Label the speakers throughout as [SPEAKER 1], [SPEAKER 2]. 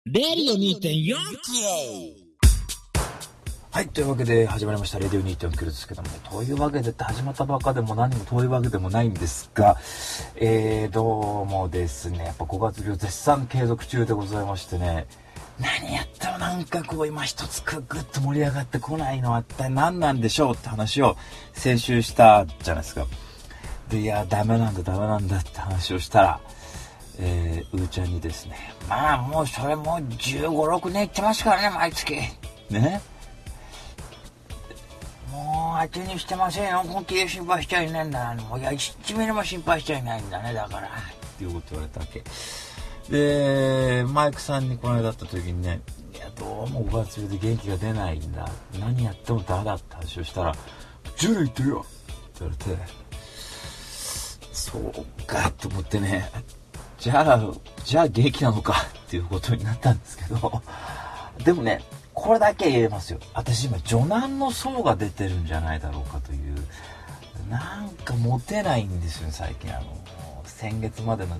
[SPEAKER 1] レディオ 2.4 キロ。
[SPEAKER 2] はい、というわけで始まりましたレディオ 2.4 キロですけども、というわけでって始まったばっかでも何もというわけでもないんですが、どうもですね、やっぱ5月病絶賛継続中でございましてね、何やってもなんかこう今一つグッと盛り上がってこないのは一体何なんでしょうって話を先週したじゃないですか。で、いやダメなんだって話をしたら、うーちゃんにですね、まあもうそれもう15、6年いってますからね、毎月ね、もう当てにしてませんよ、本気で心配しちゃいないんだな、もういや1ミリも心配しちゃいないんだね、だからっていうこと言われたわけで、マイクさんにこの間会った時にね、いやどうも5月病で元気が出ないんだ、何やってもダメだって話をしたら、10年言ってるよって言われて、そうかと思ってね、じゃあ元気なのかっていうことになったんですけど、でもね、これだけ言えますよ。私今女難の層が出てるんじゃないだろうかという、なんかモテないんですよね最近。先月までの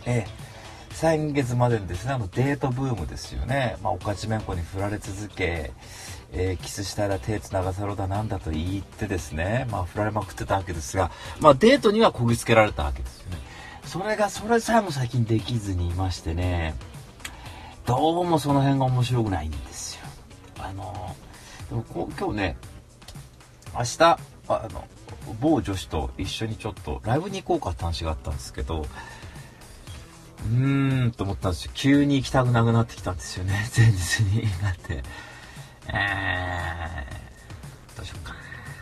[SPEAKER 2] ですね、デートブームですよね。おかちめんこに振られ続け、キスしたら手つながせろだなんだと言ってですね、振られまくってたわけですが、デートにはこぎつけられたわけですよね。それさえも最近できずにいましてね、どうもその辺が面白くないんですよ。でも今日ね、明日某女子と一緒にちょっとライブに行こうかって話があったんですけど、と思ったんですよ。急に行きたくなくなってきたんですよね、前日になって、どうしようか、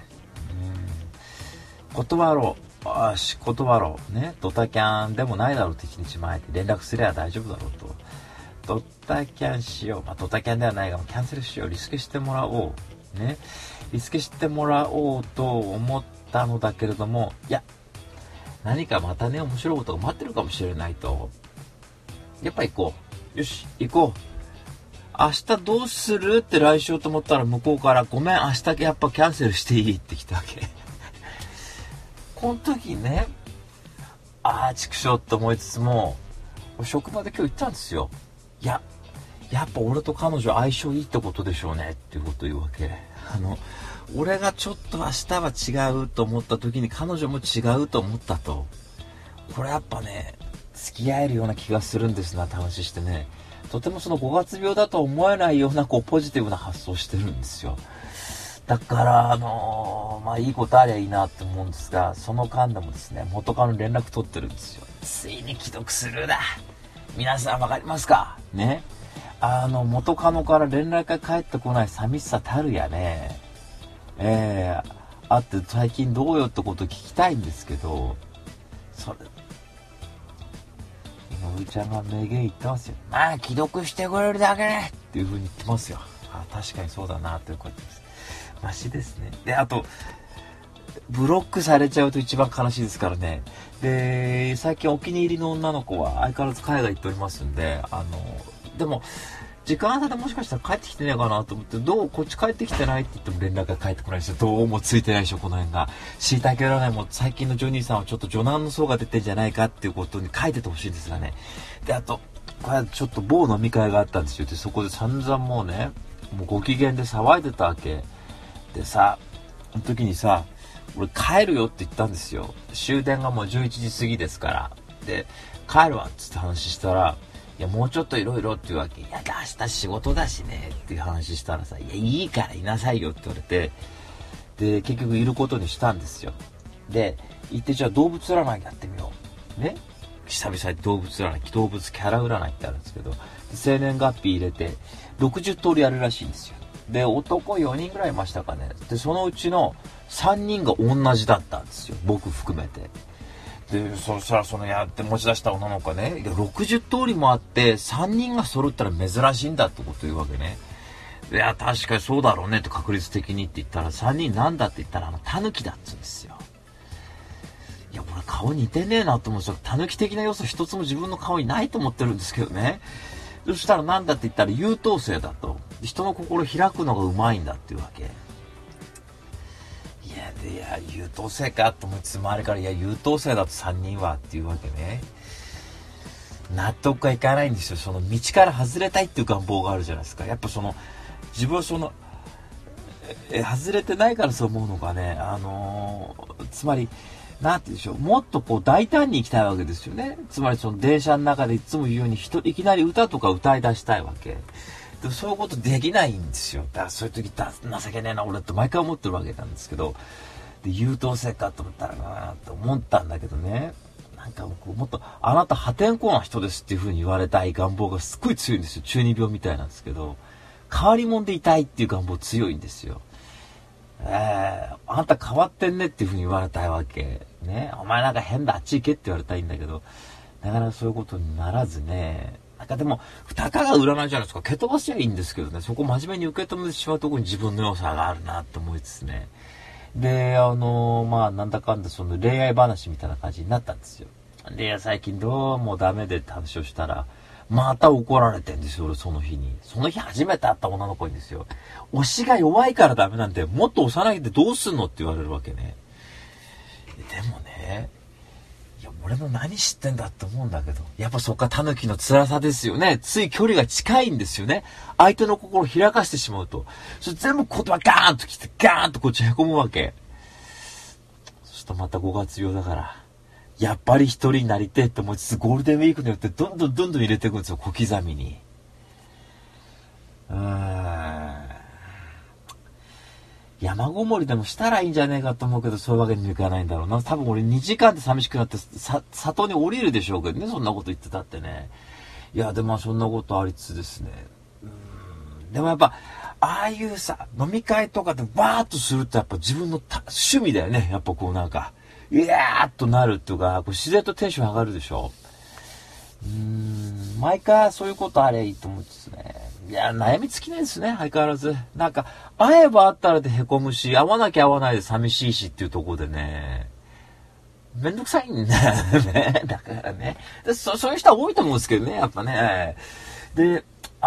[SPEAKER 2] 断ろうね、ドタキャンでもないだろうって1日前で連絡すれば大丈夫だろうと、ドタキャンしよう、ドタキャンではないがキャンセルしよう、リスケしてもらおうね、リスケしてもらおうと思ったのだけれども、いや何かまたね面白いことが待ってるかもしれないと、やっぱ行こう、よし行こう、明日どうするって来週と思ったら、向こうからごめん明日やっぱキャンセルしていいって来たわけこの時にね、畜生って思いつつも、職場で今日言ったんですよ。いややっぱ俺と彼女相性いいってことでしょうねっていうことを言うわけ。俺がちょっと明日は違うと思った時に彼女も違うと思ったと、これやっぱね付き合えるような気がするんですなって話してね、とてもその5月病だと思えないようなポジティブな発想してるんですよ。だからいいことありゃいいなって思うんですが、その間でもですね、元カノ連絡取ってるんですよ。ついに既読するだ、皆さんわかりますかね、元カノから連絡が返ってこない寂しさたるやね、あって最近どうよってことを聞きたいんですけど、それ今うーちゃんが名言言ってますよ。既読してくれるだけねっていう風に言ってますよ。確かにそうだなということです。マシですね。で、あとブロックされちゃうと一番悲しいですからね。で、最近お気に入りの女の子は相変わらず海外行っておりますんで、でも時間差でもしかしたら帰ってきてないかなと思って、こっち帰ってきてないって言っても連絡が返ってこないんですよ。どうもついてないでしょ、この辺が。椎茸占いも最近のジョニーさんはちょっと女難の層が出てんじゃないかっていうことに書いててほしいんですがね。で、あとこれちょっと某飲み会があったんですよ。で、そこで散々もうご機嫌で騒いでたわけでさ、その時にさ、俺帰るよって言ったんですよ。終電がもう11時過ぎですから。で、帰るわっつって話したら、いやもうちょっといろいろっていうわけ。いや明日仕事だしねっていう話したらさ、いやいいからいなさいよって言われて、で結局いることにしたんですよ。で行って、じゃあ動物占いやってみようね、久々に動物キャラ占いってあるんですけど、生年月日入れて60通りやるらしいんですよ。で男4人ぐらいいましたかね。でそのうちの3人が同じだったんですよ、僕含めて。でそしたらやって持ち出した女の子がね、いや60通りもあって3人が揃ったら珍しいんだってこと言うわけね。いや確かにそうだろうねって、確率的にって言ったら、3人なんだって言ったらタヌキだっつうんですよ。いや俺顔似てねえなと思うんですよ。タヌキ的な要素一つも自分の顔にないと思ってるんですけどね。そしたらなんだって言ったら優等生だと、人の心開くのがうまいんだっていうわけ。いや優等生かと思いつつ、周りからいや優等生だと3人はっていうわけね。 納得がいかないんですよ。その道から外れたいっていう願望があるじゃないですか。やっぱ自分は外れてないからそう思うのがね、つまりなんて言うんでしょう、もっとこう大胆に行きたいわけですよね。つまりその電車の中でいつも言うようにいきなり歌とか歌い出したいわけでも、そういうことできないんですよ。だからそういう時情けねえな俺って毎回思ってるわけなんですけど、で優等生かと思ったらなと思ったんだけどね、なんか僕もっとあなた破天荒な人ですっていう風に言われたい願望がすっごい強いんですよ。中二病みたいなんですけど、変わり者でいたいっていう願望強いんですよ。あんた変わってんねっていう風に言われたいわけね。お前なんか変だあっち行けって言われたいんだけど、なかなかそういうことにならずね。なんかでもたかが占いじゃないですか、蹴飛ばしゃいいんですけどね、そこ真面目に受け止めてしまうところに自分の良さがあるなって思いつつね。でなんだかんだその恋愛話みたいな感じになったんですよ。で最近どうもダメでって話をしたら、また怒られてんですよ。俺その日初めて会った女の子にですよ、推しが弱いからダメなんでもっと押さないでどうすんのって言われるわけね。でもね、いや俺も何知ってんだって思うんだけど、やっぱそっか、タヌキの辛さですよね。つい距離が近いんですよね。相手の心を開かしてしまうと、それ全部言葉ガーンと来てガーンとこっちへこむわけ。そしたらまた5月病だからやっぱり一人になりてえって思いつつ、ゴールデンウィークによってどんどん入れていくんですよ、小刻みに。山ごもりでもしたらいいんじゃねえかと思うけど、そういうわけにもいかないんだろうな。多分俺2時間で寂しくなって里に降りるでしょうけどね、そんなこと言ってたってね。いやでもそんなことありつつですね、でもやっぱああいうさ飲み会とかでバーッとするってやっぱ自分の趣味だよね。やっぱこうなんかいやーっとなるっていうか、こう自然とテンション上がるでしょ。毎回そういうことあれいいと思うんですね。いや悩み尽きないですね、相変わらず。なんか会えば会ったらでへこむし、会わなきゃ会わないで寂しいしっていうところでね、めんどくさいんだよね。だからね、そういう人は多いと思うんですけどね、やっぱね。で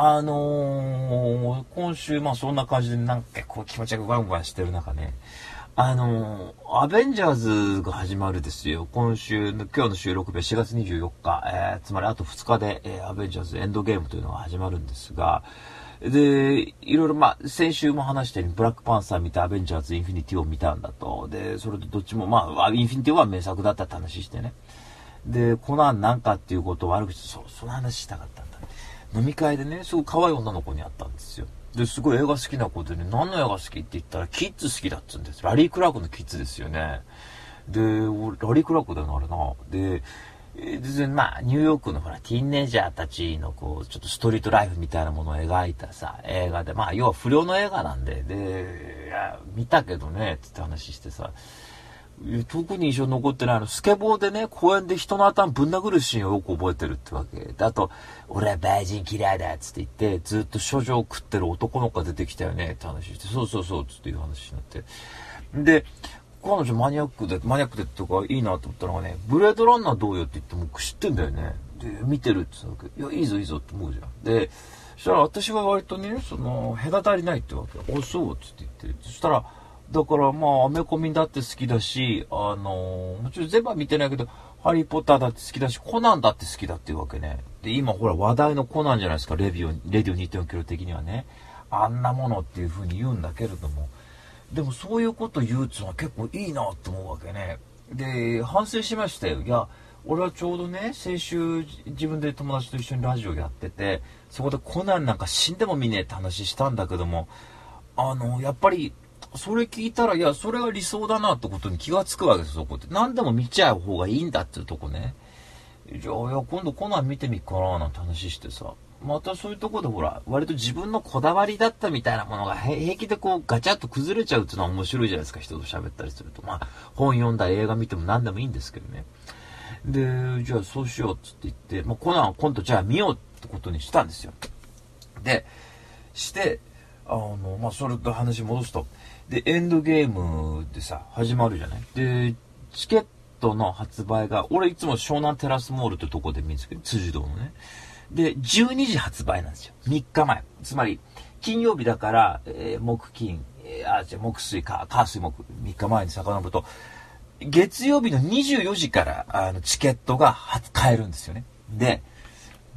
[SPEAKER 2] 今週そんな感じでなんかこう気持ちがワンワンしてる中ね、アベンジャーズが始まるですよ。今日の収録日4月24日、つまりあと2日で、アベンジャーズエンドゲームというのが始まるんですが、で、いろいろ先週も話したようにブラックパンサー見てアベンジャーズインフィニティを見たんだと。で、それとどっちもインフィニティは名作だったって話してね。で、コナンなんかっていうことを悪口、その話したかったんだ。飲み会でね、すごい可愛い女の子に会ったんですよ。で、すごい映画好きな子でね、何の映画好きって言ったら、キッズ好きだっつうんです。ラリー・クラークのキッズですよね。で、ラリー・クラークだよな、あれな。で、全然ニューヨークのほら、ティーンネイジャーたちのこう、ちょっとストリートライフみたいなものを描いたさ、映画で、要は不良の映画なんで、で、見たけどね、つって話してさ、特に印象に残ってないスケボーでね、公園で人の頭ぶん殴るシーンをよく覚えてるってわけで、あと俺はバイジン嫌いだっつって言ってずっと処女を食ってる男の子が出てきたよねって話して、そうつっていう話になって、で彼女マニアックでとかいいなと思ったのがね、ブレードランナーどうよって言っても知ってんだよね。で見てるって言ったわけ。いやいいぞって思うじゃん。でそしたら私は割とね、隔たりないってわけ。おそうっつって言って、そしたらだからアメコミだって好きだし、もちろん全部は見てないけど、ハリーポッターだって好きだし、コナンだって好きだっていうわけね。で、今ほら話題のコナンじゃないですか、レディオ 2.4 キロ的にはね。あんなものっていう風に言うんだけれども、でもそういうこと言うっていうのは結構いいなと思うわけね。で、反省しましたよ。いや、俺はちょうどね、先週自分で友達と一緒にラジオやってて、そこでコナンなんか死んでも見ねえって話したんだけども、やっぱり、それ聞いたら、いや、それが理想だなってことに気がつくわけです、そこって。何でも見ちゃう方がいいんだっていうとこね。じゃあ、今度コナン見てみっかななんて話してさ。またそういうとこでほら、割と自分のこだわりだったみたいなものが平気でこうガチャッと崩れちゃうっていうのは面白いじゃないですか、人と喋ったりすると。本読んだり映画見ても何でもいいんですけどね。で、じゃあそうしようっつって言って、コナン今度じゃあ見ようってことにしたんですよ。で、それと話戻すと。で、エンドゲームでさ、始まるじゃない。で、チケットの発売が、俺いつも湘南テラスモールってとこで見るんですけど、辻堂のね。で、12時発売なんですよ。3日前。つまり、金曜日だから、木金、木水か、火水木、3日前に遡ると、月曜日の24時から、チケットが買えるんですよね。で、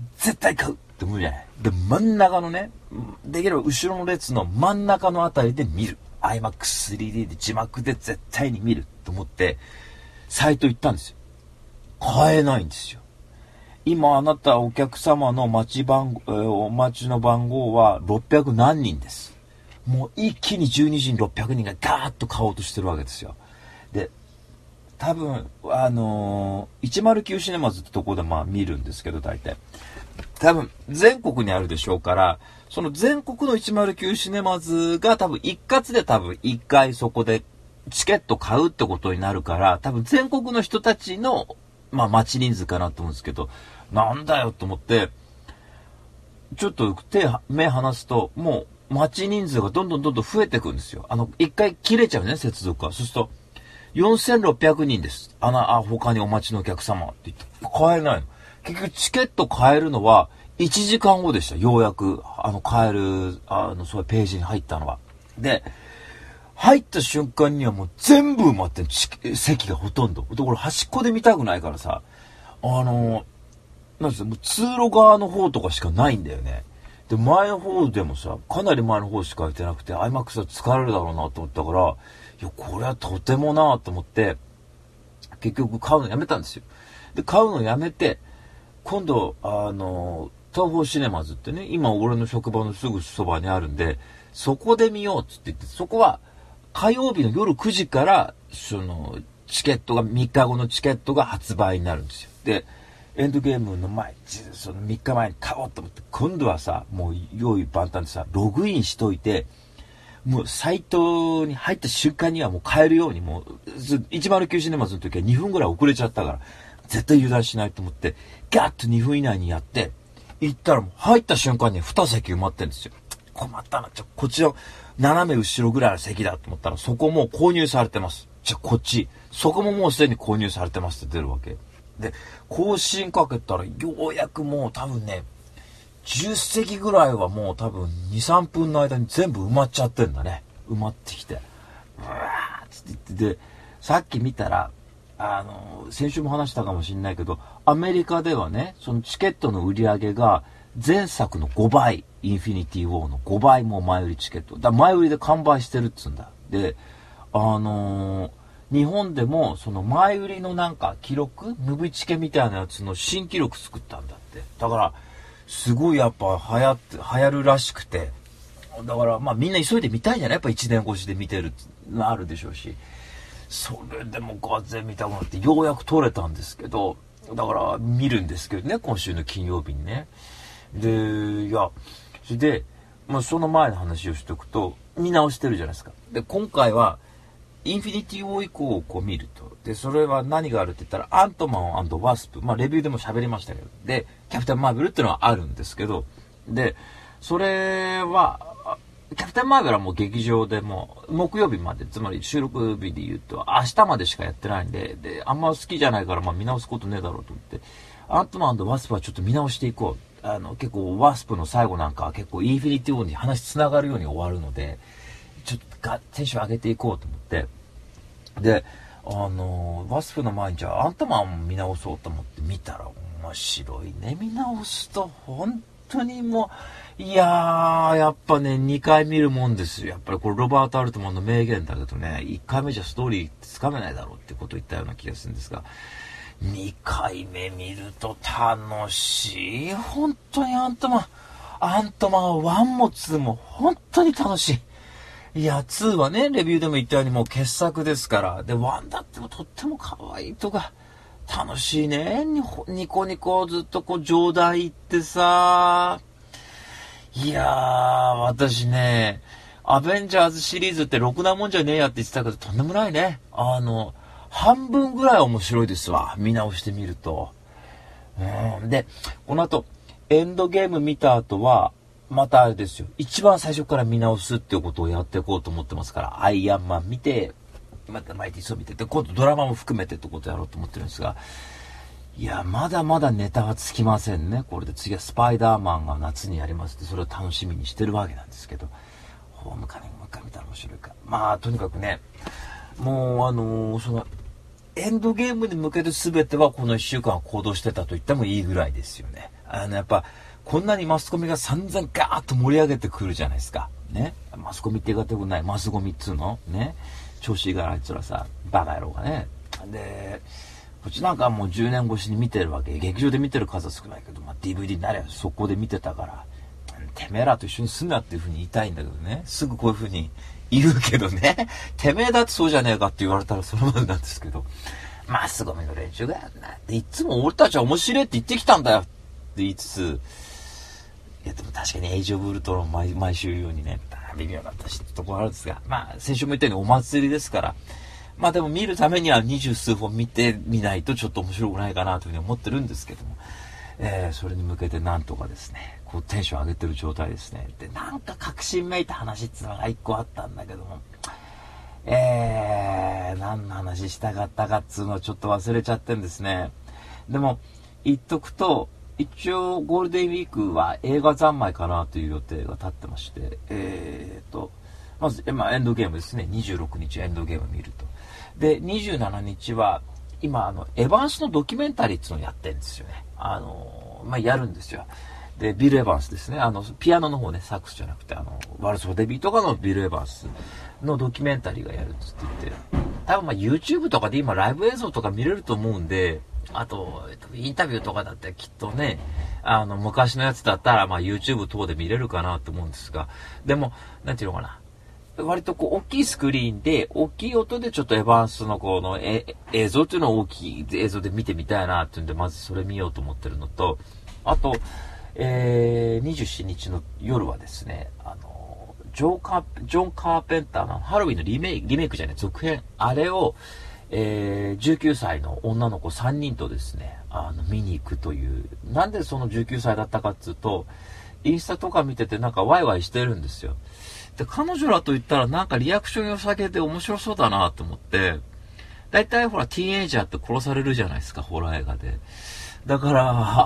[SPEAKER 2] 絶対買うって思うじゃない。で、真ん中のね、できれば後ろの列の真ん中のあたりで見る。IMAX3D で字幕で絶対に見ると思って、サイト行ったんですよ。買えないんですよ。今あなたお客様のお待ちの番号は600何人です。もう一気に12時に600人がガーッと買おうとしてるわけですよ。で、多分、109シネマズってとこで見るんですけど、大体。多分、全国にあるでしょうから、その全国の109シネマズが多分一括で一回そこでチケット買うってことになるから、多分全国の人たちの、待ち人数かなと思うんですけど、なんだよと思って、ちょっと目離すと、もう待ち人数がどんどん増えていくんですよ。一回切れちゃうね、接続が。そうすると、4600人です。他にお待ちのお客様って言って、買えないの。結局チケット買えるのは1時間後でした。ようやく、買える、そういうページに入ったのは。で、入った瞬間にはもう全部埋まってる、席がほとんど。で、これ端っこで見たくないからさ、なんですよ、もう通路側の方とかしかないんだよね。で、前の方でもさ、かなり前の方しか空いてなくて、IMAX は疲れるだろうなと思ったから、いや、これはとてもなと思って、結局買うのやめたんですよ。で、買うのやめて、今度、東宝シネマズってね、今俺の職場のすぐそばにあるんで、そこで見ようって言って、そこは火曜日の夜9時から、チケットが、3日後のチケットが発売になるんですよ。で、エンドゲームの前、その3日前に買おうと思って、今度はさ、もう用意万端でさ、ログインしといて、もうサイトに入った瞬間にはもう買えるように、もう、109シネマズの時は2分ぐらい遅れちゃったから、絶対油断しないと思って、ガッと2分以内にやって、行ったらもう入った瞬間に2席埋まってるんですよ。困ったな。こっちの斜め後ろぐらいの席だと思ったら、そこもう購入されてます。こっち。そこももうすでに購入されてますって出るわけ。で、更新かけたら、ようやくもう多分ね、10席ぐらいはもう多分2、3分の間に全部埋まっちゃってんだね。埋まってきて。うわーって言って、で、さっき見たら、先週も話したかもしれないけど、アメリカではね、そのチケットの売り上げが前作の5倍、インフィニティ・ウォーの5倍も前売りチケット。前売りで完売してるっつうんだ。で、日本でもその前売りのなんか記録、ムビチケみたいなやつの新記録作ったんだって。だから、すごいやっぱ流行るらしくて。だからみんな急いで見たいんじゃない？やっぱ1年越しで見てるのあるでしょうし。それでもガゼ見たくなってようやく撮れたんですけど、だから見るんですけどね、今週の金曜日にね。で、それで、その前の話をしておくと、見直してるじゃないですか。で、今回は、インフィニティ・ウォー以降を見ると。で、それは何があるって言ったら、アントマン&ワスプ。レビューでも喋りましたけど。で、キャプテン・マーベルっていうのはあるんですけど、で、それは、キャプテンマーベルはもう劇場でも木曜日まで、つまり収録日で言うと明日までしかやってないんで、あんま好きじゃないから見直すことねえだろうと思って、アントマン&ワスプはちょっと見直していこう。結構ワスプの最後なんかは結構インフィニティ・ウォーに話つながるように終わるので、ちょっとテンション上げていこうと思って、で、ワスプの前にじゃあアントマン見直そうと思って見たら面白いね。見直すと本当にもう、いやー、やっぱね、2回見るもんですよ。やっぱりこれロバート・アルトマンの名言だけどね、1回目じゃストーリーつかめないだろうってことを言ったような気がするんですが、2回目見ると楽しい。本当にアントマン1も2も本当に楽しい。いや、2はね、レビューでも言ったようにもう傑作ですから。で、1だってもとっても可愛いとか、楽しいね。ニコニコずっと上段行ってさ。いやー、私ね、アベンジャーズシリーズってろくなもんじゃねえやって言ってたけど、とんでもないね。半分ぐらい面白いですわ。見直してみると。で、この後、エンドゲーム見た後は、またあれですよ。一番最初から見直すっていうことをやっていこうと思ってますから、アイアンマン見て、またマイティーソー見て、で、今度ドラマも含めてってことをやろうと思ってるんですが、いや、まだまだネタはつきませんね。これで次はスパイダーマンが夏にやりますって、それを楽しみにしてるわけなんですけど、ホームカミングもう一回見たら面白いか。とにかくね、もうその、エンドゲームに向けて全てはこの1週間行動してたと言ってもいいぐらいですよね。 やっぱ、こんなにマスコミが散々ガーッと盛り上げてくるじゃないですか。ね。マスコミって言い方よくない。マスゴミっつうのね。調子いいからあいつらさ、バカ野郎がね。で、こっちなんかもう10年越しに見てるわけ。劇場で見てる数は少ないけど、DVD になりゃ速攻で見てたから、てめえらと一緒にすんなっていう風に言いたいんだけどね。すぐこういう風に言うけどね。てめえだってそうじゃねえかって言われたらそのままなんですけど。マスゴミの連中がいつも俺たちは面白いって言ってきたんだよって言いつつ、いやでも確かにエイジオブウルトロン毎週言うようにね、微妙だったしってところあるんですが、先週も言ったようにお祭りですから、でも見るためには20数本見てみないとちょっと面白くないかなというふうに思ってるんですけども、それに向けてなんとかですね、こうテンション上げてる状態ですね。で、なんか確信めいた話っていうのが一個あったんだけども、何の話したかったかっつうのをちょっと忘れちゃってんですね。でも、言っとくと、一応ゴールデンウィークは映画三昧かなという予定が立ってまして、まず、エンドゲームですね。26日エンドゲーム見ると。で、27日は、今、エヴァンスのドキュメンタリーっていうのをやってるんですよね。やるんですよ。で、ビル・エヴァンスですね。ピアノの方ね、サックスじゃなくて、ワルツ・フォ・デビーとかのビル・エヴァンスのドキュメンタリーがやるっつって言って、多分YouTube とかで今ライブ映像とか見れると思うんで、あと、インタビューとかだってきっとね、昔のやつだったら、YouTube 等で見れるかなと思うんですが、でも、なんていうのかな。割とこう、大きいスクリーンで、大きい音でちょっとエヴァンスのこの映像っていうのを大きい映像で見てみたいなっていうんで、まずそれ見ようと思ってるのと、あと、27日の夜はですね、ジョン・カーペンターのハロウィンのリメイクじゃない、続編、あれを、19歳の女の子3人とですね、見に行くという。なんでその19歳だったかっていうと、インスタとか見ててなんかワイワイしてるんですよ。で、彼女らと言ったらなんかリアクション良さげで面白そうだなと思って、だいたいほら、ティーンエイジャーって殺されるじゃないですか、ホラー映画で。だから、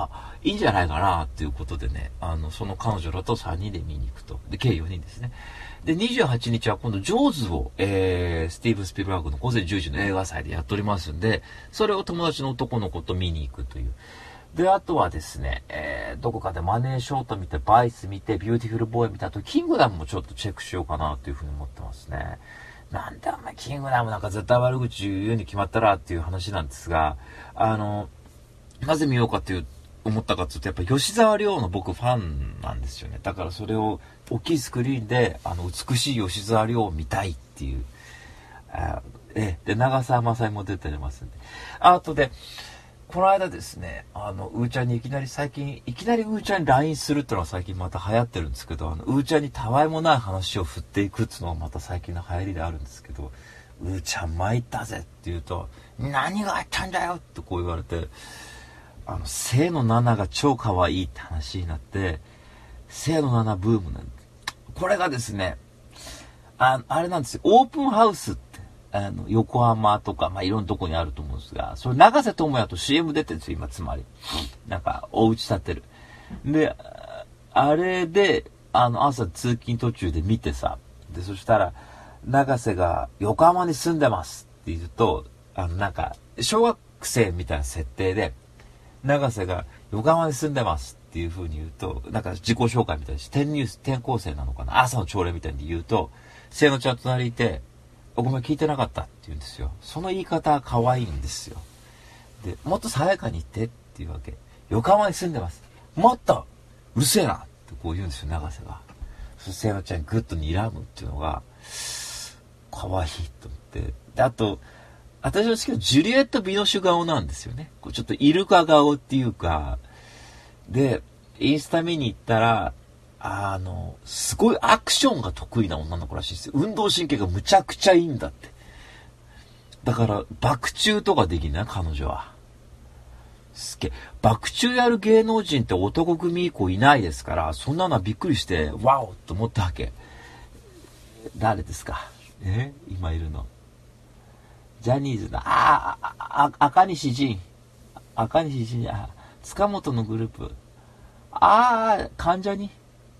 [SPEAKER 2] いいんじゃないかなっていうことでね、その彼女らと3人で見に行くと。で、計4人ですね。で、28日は今度、ジョーズを、スティーブン・スピルバーグの午前10時の映画祭でやっておりますんで、それを友達の男の子と見に行くという。で、あとはですね、どこかでマネーショート見て、バイス見て、ビューティフルボーイ見た後、キングダムもちょっとチェックしようかなというふうに思ってますね。なんでキングダムなんか絶対悪口言うに決まったらっていう話なんですが、なぜ見ようかって思ったかっていうと、やっぱ吉沢亮の僕ファンなんですよね。だからそれを大きいスクリーンで、美しい吉沢亮を見たいっていう。で、長澤まさみも出てますんで。あとで、この間ですね、うーちゃんにいきなりウーちゃんに LINE するってのは最近また流行ってるんですけど、うーちゃんにたわいもない話を振っていくっていうのがまた最近の流行りであるんですけど、うーちゃん参ったぜって言うと、何があったんだよってこう言われて、清野奈々が超可愛いって話になって、清野奈々ブームなんで。これがですね、あれなんですよ、オープンハウスって、横浜とか、いろんなとこにあると思うんですが、それ長瀬智也と CM 出てるんですよ、今、つまり。なんか、お家建てる。で、あれで、朝通勤途中で見てさ、で、そしたら、長瀬が横浜に住んでますって言うと、なんか、小学生みたいな設定で、長瀬が横浜に住んでますっていう風に言うと、なんか自己紹介みたいにして、転校生なのかな、朝の朝礼みたいに言うと、清野ちゃん隣いて、ごめん聞いてなかったって言うんですよ。その言い方は可愛いんですよ。で、もっと爽やかに言ってっていうわけ。横浜に住んでます。もっとうるせえなってこう言うんですよ、長瀬が。そして清野ちゃんグッと睨むっていうのが、可愛いと思って。で、あと、私の好きなジュリエット・ビノシュ顔なんですよね。こうちょっとイルカ顔っていうか、で、インスタ見に行ったら、すごいアクションが得意な女の子らしいですよ。運動神経がむちゃくちゃいいんだって。だから、爆中とかできない彼女は。すげえ。爆中やる芸能人って男組以降いないですから、そんなのはびっくりして、ワオと思ったわけ。誰ですか？今いるの。ジャニーズだ。赤西仁。塚本のグループ。関ジャニ。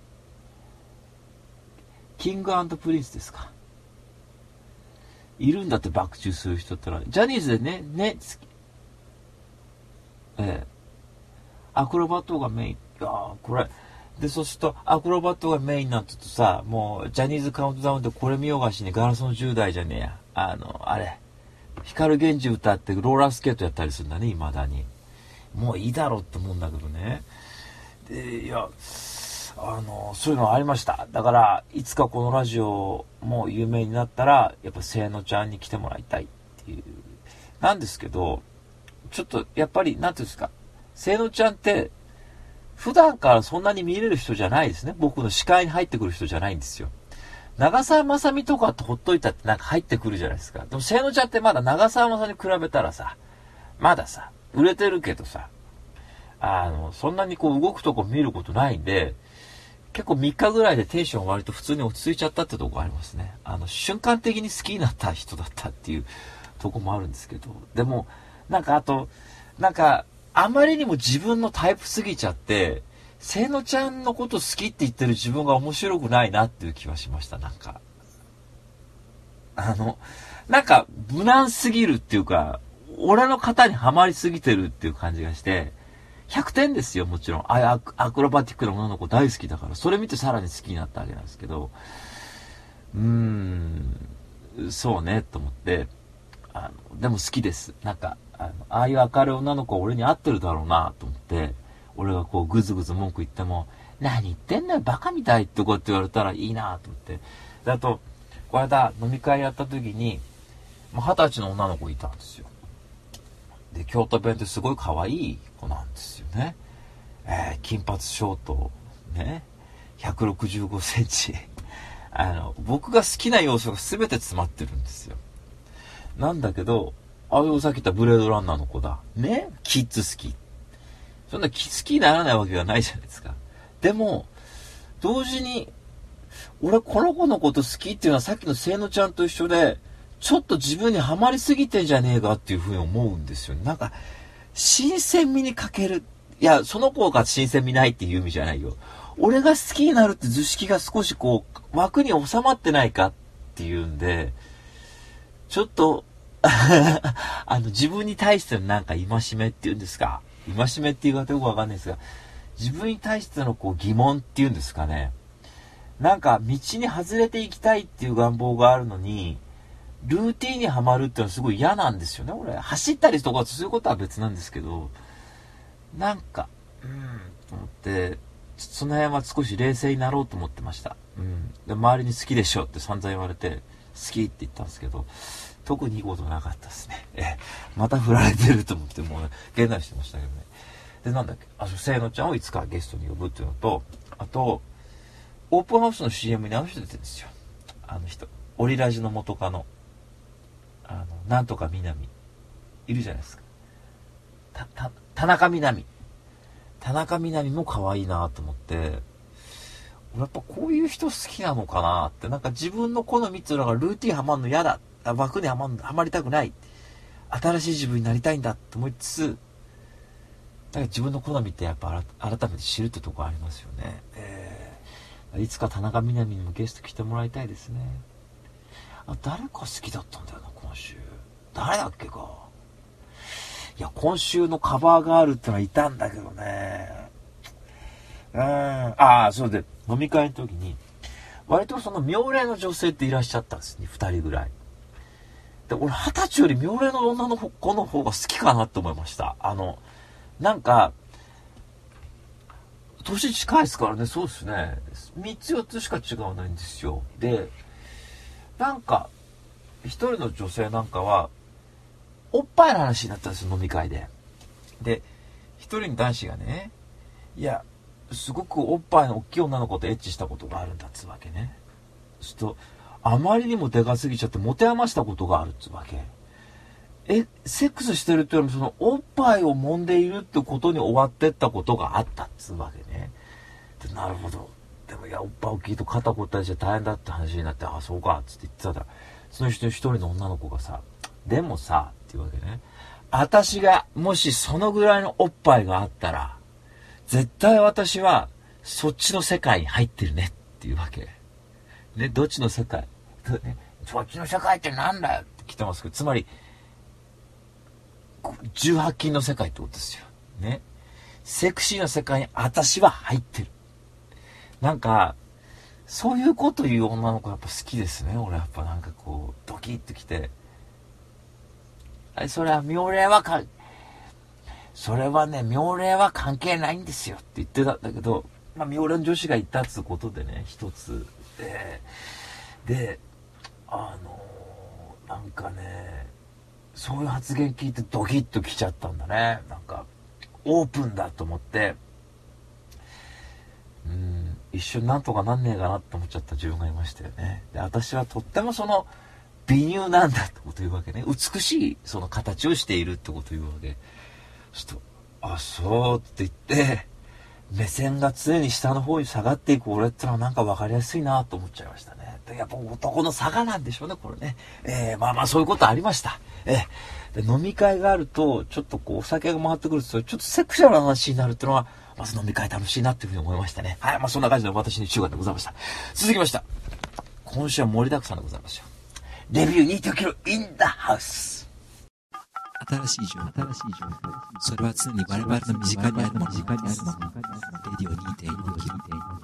[SPEAKER 2] キング&プリンスですか。いるんだって爆中する人ってのは。ジャニーズでね、 アクロバットがメイン。いやーこれ。で、そうすると、アクロバットがメインになってるとさ、もう、ジャニーズカウントダウンでこれ見よがしにガラスの10代じゃねえや。あれ。光源氏歌ってローラースケートやったりするんだね、未だに。もういいだろうって思うんだけどね。で、いや、そういうのありました。だから、いつかこのラジオも有名になったら、やっぱせいのちゃんに来てもらいたいっていう。なんですけど、ちょっと、やっぱり、なんていうんですか、せいのちゃんって、普段からそんなに見れる人じゃないですね。僕の視界に入ってくる人じゃないんですよ。長澤まさみとかってほっといたってなんか入ってくるじゃないですか。でも、せいのちゃんってまだ長澤まさみに比べたらさ、まださ、売れてるけどさ、そんなにこう動くとこ見ることないんで、結構3日ぐらいでテンション割と普通に落ち着いちゃったってとこありますね。瞬間的に好きになった人だったっていうとこもあるんですけど。でも、なんかあと、なんか、あまりにも自分のタイプすぎちゃって、せいのちゃんのこと好きって言ってる自分が面白くないなっていう気はしました、なんか。なんか、無難すぎるっていうか、俺の型にはまりすぎてるっていう感じがして、100点ですよ、もちろん。アクロバティックな女の子大好きだから、それ見てさらに好きになったわけなんですけど、そうね、と思って、でも好きです。なんか、ああいう明るい女の子は俺に合ってるだろうな、と思って、俺がこうぐずぐず文句言っても、何言ってんだよ、バカみたいってこうやって言われたらいいな、と思って。で、あと、この間飲み会やった時に、20歳の女の子いたんですよ。で、京都弁ってすごい可愛い子なんですよね。金髪ショート、ね、165センチ。僕が好きな要素が全て詰まってるんですよ。なんだけど、さっき言ったブレードランナーの子だ。ね、キッズ好き。そんな好きにならないわけがないじゃないですか。でも、同時に、俺この子のこと好きっていうのはさっきのせいのちゃんと一緒で、ちょっと自分にはまりすぎてんじゃねえかっていうふうに思うんですよね。なんか、新鮮味に欠ける。いや、その子が新鮮味ないっていう意味じゃないよ。俺が好きになるって図式が少しこう、枠に収まってないかっていうんで、ちょっと、自分に対してのなんか戒めっていうんですか。戒めって言い方よくわかんないですが、自分に対してのこう疑問っていうんですかね。なんか道に外れていきたいっていう願望があるのに、ルーティーンにはまるっていうのはすごい嫌なんですよね。俺、走ったりとかそういうことは別なんですけど、なんか、と思って、その辺は少し冷静になろうと思ってました。で、周りに好きでしょって散々言われて、好きって言ったんですけど、特にいいことなかったですね。また振られてると思って、もう、げんなりしてましたけどね。で、なんだっけ、せいのちゃんをいつかゲストに呼ぶっていうのと、あと、オープンハウスの CM にあの人出てるんですよ。あの人。オリラジの元カノ。なんとかみなみ。いるじゃないですか。田中みなみ。田中みなみも可愛いなと思って、俺やっぱこういう人好きなのかなって、なんか自分の好みっていうのがルーティンはまるの嫌だ。枠にはまりたくない。新しい自分になりたいんだって思いつつ、なんか自分の好みってやっぱ改めて知るってとこありますよね。いつか田中みなみにもゲスト来てもらいたいですね。誰か好きだったんだよな、今週。誰だっけか。いや、今週のカバーガールってのはいたんだけどね。そうで、飲み会の時に、割とその妙齢の女性っていらっしゃったんですね、2人ぐらい。で、俺20歳より妙齢の女の子の方が好きかなって思いました。なんか、年近いですからね、そうですね。3つ4つしか違わないんですよ。で、なんか、一人の女性なんかは、おっぱいの話になったんですよ、飲み会で。で、一人の男子がね、いや、すごくおっぱいの大きい女の子とエッチしたことがあるんだっつうわけね。ちょっと、あまりにもでかすぎちゃって持て余したことがあるっつうわけ。セックスしてるっていうよりもそのおっぱいを揉んでいるってことに終わってったことがあったっつうわけね。で、なるほど。でもいや、おっぱい大きいと肩こったりして大変だって話になって、そうかっつって言ってたら、その人一人の女の子がさ、でもさ、っていうわけね。私がもしそのぐらいのおっぱいがあったら、絶対私はそっちの世界に入ってるねっていうわけ。ね、どっちの世界、ね、そっちの世界ってなんだよって来てますけど、つまり、18禁の世界ってことですよ。ね。 セクシーの世界に私は入ってる。なんか、そういうこと言う女の子やっぱ好きですね。俺やっぱなんかこう、ドキッときて。それは妙齢は妙齢は関係ないんですよって言ってたんだけど、妙齢の女子が言ったってことでね、一つ。で、なんかね、そういう発言聞いてドキッときちゃったんだね。なんか、オープンだと思って、一緒になんとかなんねえかなって思っちゃった自分がいましたよね。で、私はとっても美乳なんだってこと言うわけね。美しいその形をしているってこと言うわけ。ちょっと、あ、そうって言って、目線が常に下の方に下がっていく俺ってのはなんか分かりやすいなと思っちゃいましたね。でやっぱ男の差がなんでしょうね、これね。そういうことありました。で飲み会があると、ちょっとこうお酒が回ってくると、ちょっとセクシャルな話になるっていうのは、まず飲み会楽しいなっていうふうに思いましたね。はい、そんな感じで私の1週間でございました。続きました。今週は盛りだくさんでございますよ。レビュー 2.9 in the house。
[SPEAKER 1] 新しい情報。それは常に我々の身近にあるもの。レディオ 2.4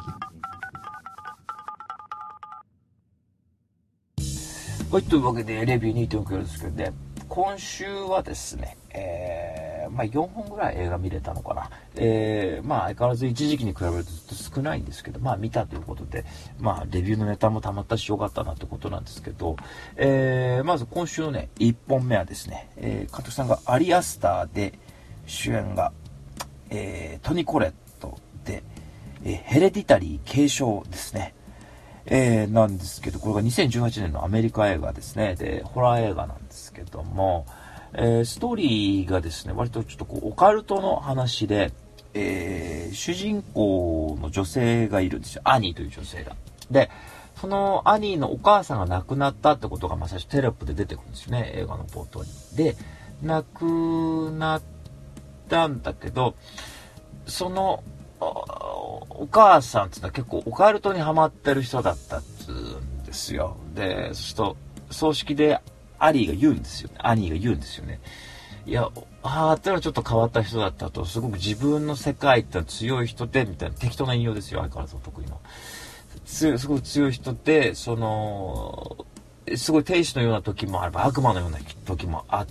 [SPEAKER 2] はい、というわけでレビュー 2.4 ですけどね、今週はですね、4本ぐらい映画見れたのかな。相変わらず一時期に比べるとずっと少ないんですけど、見たということで、レビューのネタもたまったしよかったなってことなんですけど、まず今週のね、1本目はですね、監督さんがアリアスターで、主演が、トニ・コレットで、ヘレディタリー継承ですね。なんですけど、これが2018年のアメリカ映画ですね。で、ホラー映画なんですけども、ストーリーがですね、割とちょっとオカルトの話で、主人公の女性がいるんですよ。アニーという女性が。で、そのアニーのお母さんが亡くなったってことが、最初テロップで出てくるんですよね。映画の冒頭に。で、亡くなったんだけど、その、お母さんっていうのは結構オカルトにハマってる人だったっつうんですよ。で、そうすると、葬式でアニーが言うんですよね。いや、母ってのはちょっと変わった人だったと、すごく自分の世界ってのは強い人で、みたいな適当な引用ですよ、相変わらずお得意の。すごく強い人で、すごい天使のような時もあれば悪魔のような時もあって、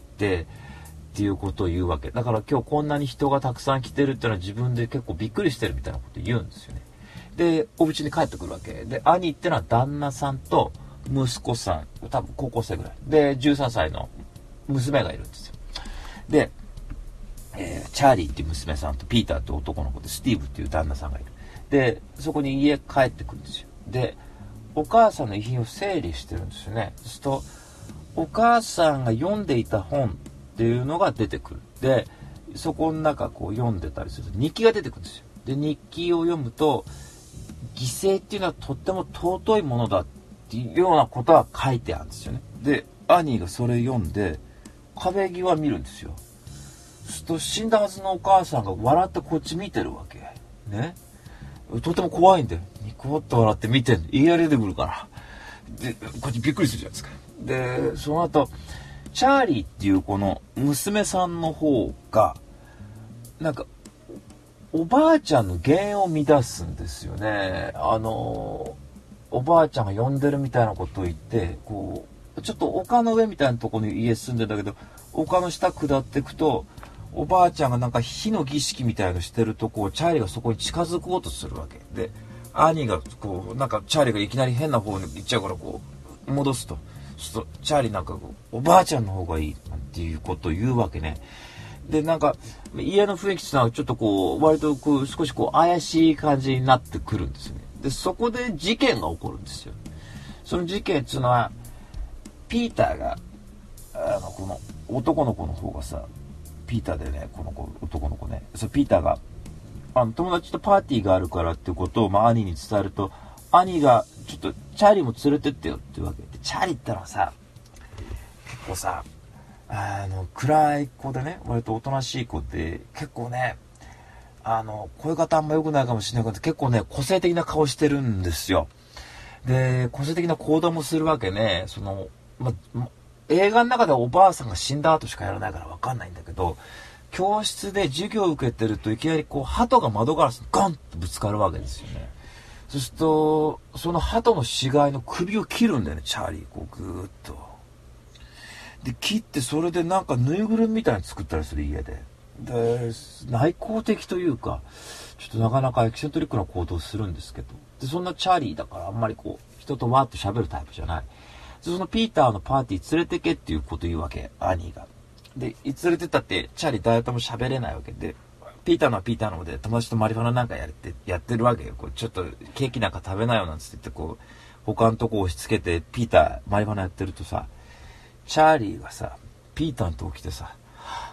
[SPEAKER 2] っていうことを言うわけ。だから今日こんなに人がたくさん来てるっていうのは自分で結構びっくりしてるみたいなことを言うんですよね。で、お家に帰ってくるわけ。で、兄ってのは旦那さんと息子さん、多分高校生ぐらい。で、13歳の娘がいるんですよ。で、チャーリーっていう娘さんとピーターって男の子でスティーブっていう旦那さんがいる。で、そこに家帰ってくるんですよ。で、お母さんの遺品を整理してるんですよね。そうすると、お母さんが読んでいた本っていうのが出てくる。で、そこの中読んでたりすると日記が出てくるんですよ。で、日記を読むと、犠牲っていうのはとっても尊いものだっていうようなことは書いてあるんですよね。で、アニーがそれ読んで、壁際見るんですよ。そうすると死んだはずのお母さんが笑ってこっち見てるわけ。ね。とても怖いんで、ニコッと笑って見てんの。家出てくるから。で、こっちびっくりするじゃないですか。で、その後、チャーリーっていうこの娘さんの方が、なんか、おばあちゃんの弦を乱すんですよね。おばあちゃんが呼んでるみたいなことを言って、ちょっと丘の上みたいなところに家住んでんだけど、丘の下下っていくと、おばあちゃんがなんか火の儀式みたいのしてるとチャーリーがそこに近づこうとするわけ。で、兄がなんかチャーリーがいきなり変な方に行っちゃうから戻すと。そうすると、チャーリーなんかおばあちゃんの方がいいっていうことを言うわけね。で、なんか、家の雰囲気っていうのはちょっと割と少し怪しい感じになってくるんですよね。で、そこで事件が起こるんですよ。その事件っていうのは、ピーターが、この男の子の方がさ、ピーターでね、この子、男の子ね、ピーターが、友達とパーティーがあるからっていうことを、兄に伝えると、兄が、ちょっと、チャーリーも連れてってよっていうわけで、チャーリーってのはさ、結構さ、暗い子でね、割とおとなしい子で、結構ね、こういう方あんま良くないかもしれないけど、結構ね、個性的な顔してるんですよ。で、個性的な行動もするわけね。映画の中ではおばあさんが死んだ後しかやらないからわかんないんだけど、 教室で授業を受けてるといきなりこう鳩が窓ガラスにゴンとぶつかるわけですよね。そうするとその鳩の死骸の首を切るんだよね、チャーリー。こうグーッとで切って、それでなんかぬいぐるみみたいに作ったりする、家で。で内向的というか、ちょっとなかなかエキセントリックな行動をするんですけど、でそんなチャーリーだからあんまりこう人とわーっと喋るタイプじゃない。そのピーターのパーティー連れてけっていうこと言うわけ、アニーが。で連れてったってチャーリー誰とも喋れないわけで、ピーターのはピーターの方で友達とマリファナなんかやってるわけよ。こうちょっとケーキなんか食べなよなんつって言って、こう他のとこ押し付けてピーターマリファナやってるとさ、チャーリーがさピーターのとこ来てさ、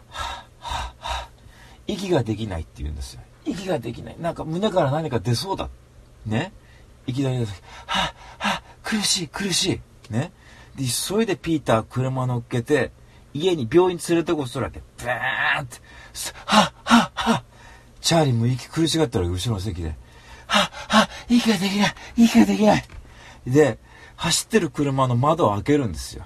[SPEAKER 2] 息ができないって言うんですよ。息ができない、なんか胸から何か出そうだね、いきなり苦しい苦しいね。で急いでピーター車乗っけて家に病院連れてこうするわけ。ブーンってチャーリーも息苦しがったら後ろの席で息ができない息ができないで、走ってる車の窓を開けるんですよ。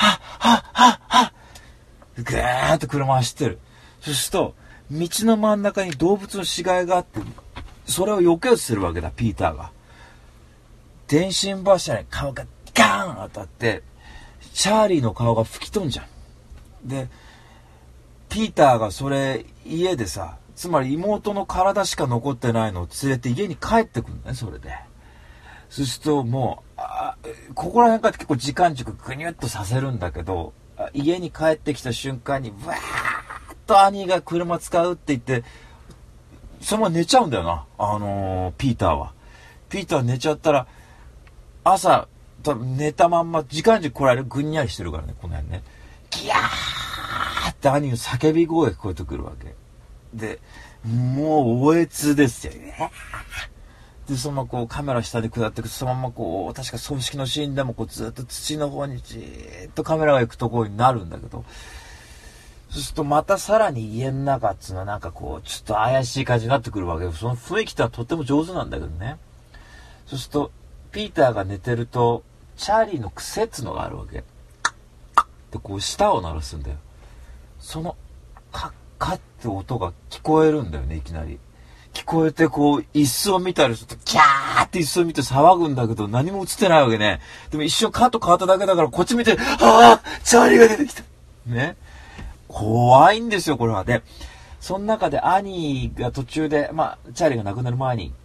[SPEAKER 2] ぐーっと車走ってる。そうすると道の真ん中に動物の死骸があって、それを避けようとするわけだ、ピーターが。電信柱に顔がガーン当たってチャーリーの顔が吹き飛んじゃう。でピーターがそれ家でさ、つまり妹の体しか残ってないのを連れて家に帰ってくるんだね、それで。そうするともうここら辺から結構時間軸グニュッとさせるんだけど、家に帰ってきた瞬間にわーっと兄が車使うって言ってそのまま寝ちゃうんだよな、ピーターは。ピーター寝ちゃったら朝多分寝たまんま時間軸こられる、ぐんにゃりしてるからね、この辺ね。ギャーって兄の叫び声が聞こえてくるわけで、もうおえつですよ。でそのままこうカメラ下に下っていくと、そのままこう確か葬式のシーンでもこうずっと土の方にじーっとカメラが行くところになるんだけど、そうするとまたさらに家の中っつうのはなんかこうちょっと怪しい感じになってくるわけよ。その雰囲気ってのはとっても上手なんだけどね。そうするとピーターが寝てるとチャーリーの癖っつのがあるわけで、こう舌を鳴らすんだよ。そのカッカッって音が聞こえるんだよね、いきなり聞こえて、こう椅子を見たりするとキャーって椅子を見て騒ぐんだけど何も映ってないわけね。でも一瞬カット変わっただけだからこっち見て、チャーリーが出てきたね。怖いんですよこれは。でその中でアニーが途中でチャーリーが亡くなる前に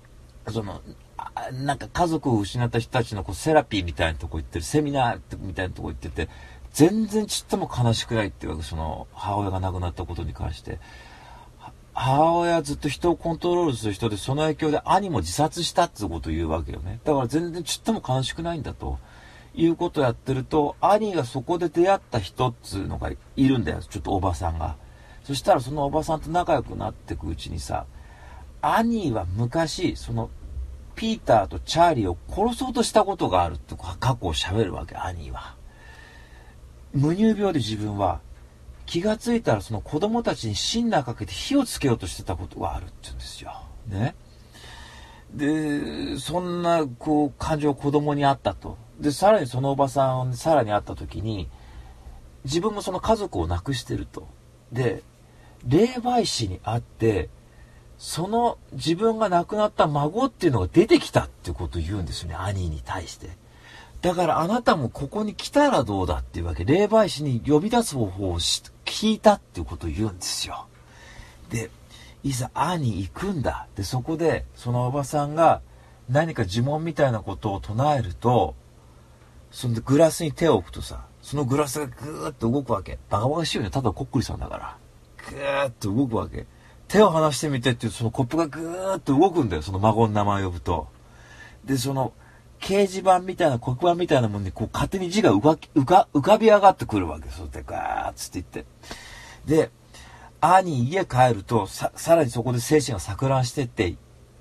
[SPEAKER 2] なんか家族を失った人たちのこうセラピーみたいなとこ行ってる、セミナーみたいなとこ行ってて、全然ちっとも悲しくないっていうわけ。その母親が亡くなったことに関して、母親はずっと人をコントロールする人で、その影響で兄も自殺したってことを言うわけよね。だから全然ちっとも悲しくないんだということをやってると、兄がそこで出会った人っつうのがいるんだよ、ちょっとおばさんが。そしたらそのおばさんと仲良くなっていくうちにさ、兄は昔そのピーターとチャーリーを殺そうとしたことがあるって過去を喋るわけ、兄は。無乳病で自分は気がついたらその子供たちにシンナーかけて火をつけようとしてたことがあるって言うんですよ。ね。で、そんなこう感情子供にあったと。で、さらにそのおばさんさらに会った時に、自分もその家族を亡くしてると。で、霊媒師に会って、その自分が亡くなった孫っていうのが出てきたっていうことを言うんですよね、兄に対して。だからあなたもここに来たらどうだっていうわけ。霊媒師に呼び出す方法を聞いたっていうことを言うんですよ。で、いざ兄行くんだ。で、そこでそのおばさんが何か呪文みたいなことを唱えると、そのグラスに手を置くとさ、そのグラスがグーッと動くわけ。バカバカしいよね、ただこっくりさんだから。グーッと動くわけ。手を離してみてっていうそのコップがグーッと動くんだよ、その孫の名前を呼ぶと。で、その掲示板みたいな黒板みたいなものにこう勝手に字が浮かび上がってくるわけ。そうやってガーッつって言って。で、兄家帰るとさらにそこで精神が錯乱してって、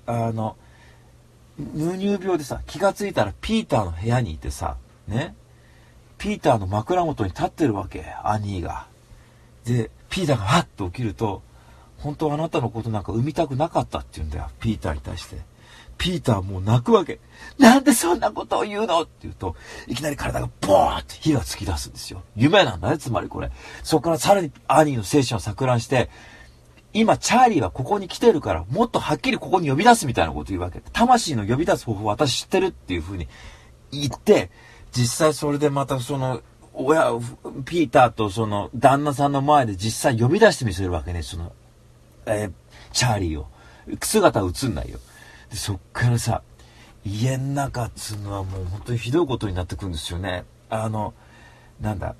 [SPEAKER 2] 無乳病でさ、気がついたらピーターの部屋にいてさ、ね、ピーターの枕元に立ってるわけ、兄が。で、ピーターがハッと起きると、本当はあなたのことなんか産みたくなかったって言うんだよ、ピーターに対して。 ピーターもう泣くわけ。なんでそんなことを言うのって言うと、いきなり体がボーって火が突き出すんですよ。夢なんだね、つまりこれ。そこからさらにアニーの精神を錯乱して、今チャーリーはここに来てるから、もっとはっきりここに呼び出すみたいなこと言うわけ。魂の呼び出す方法を私知ってるっていう風に言って、実際それでまたその、ピーターとその旦那さんの前で実際呼び出してみせるわけね、その、チャーリーを。姿は映んないよ。でそっからさ、家の中っつうのはもう本当にひどいことになってくるんですよね。なんか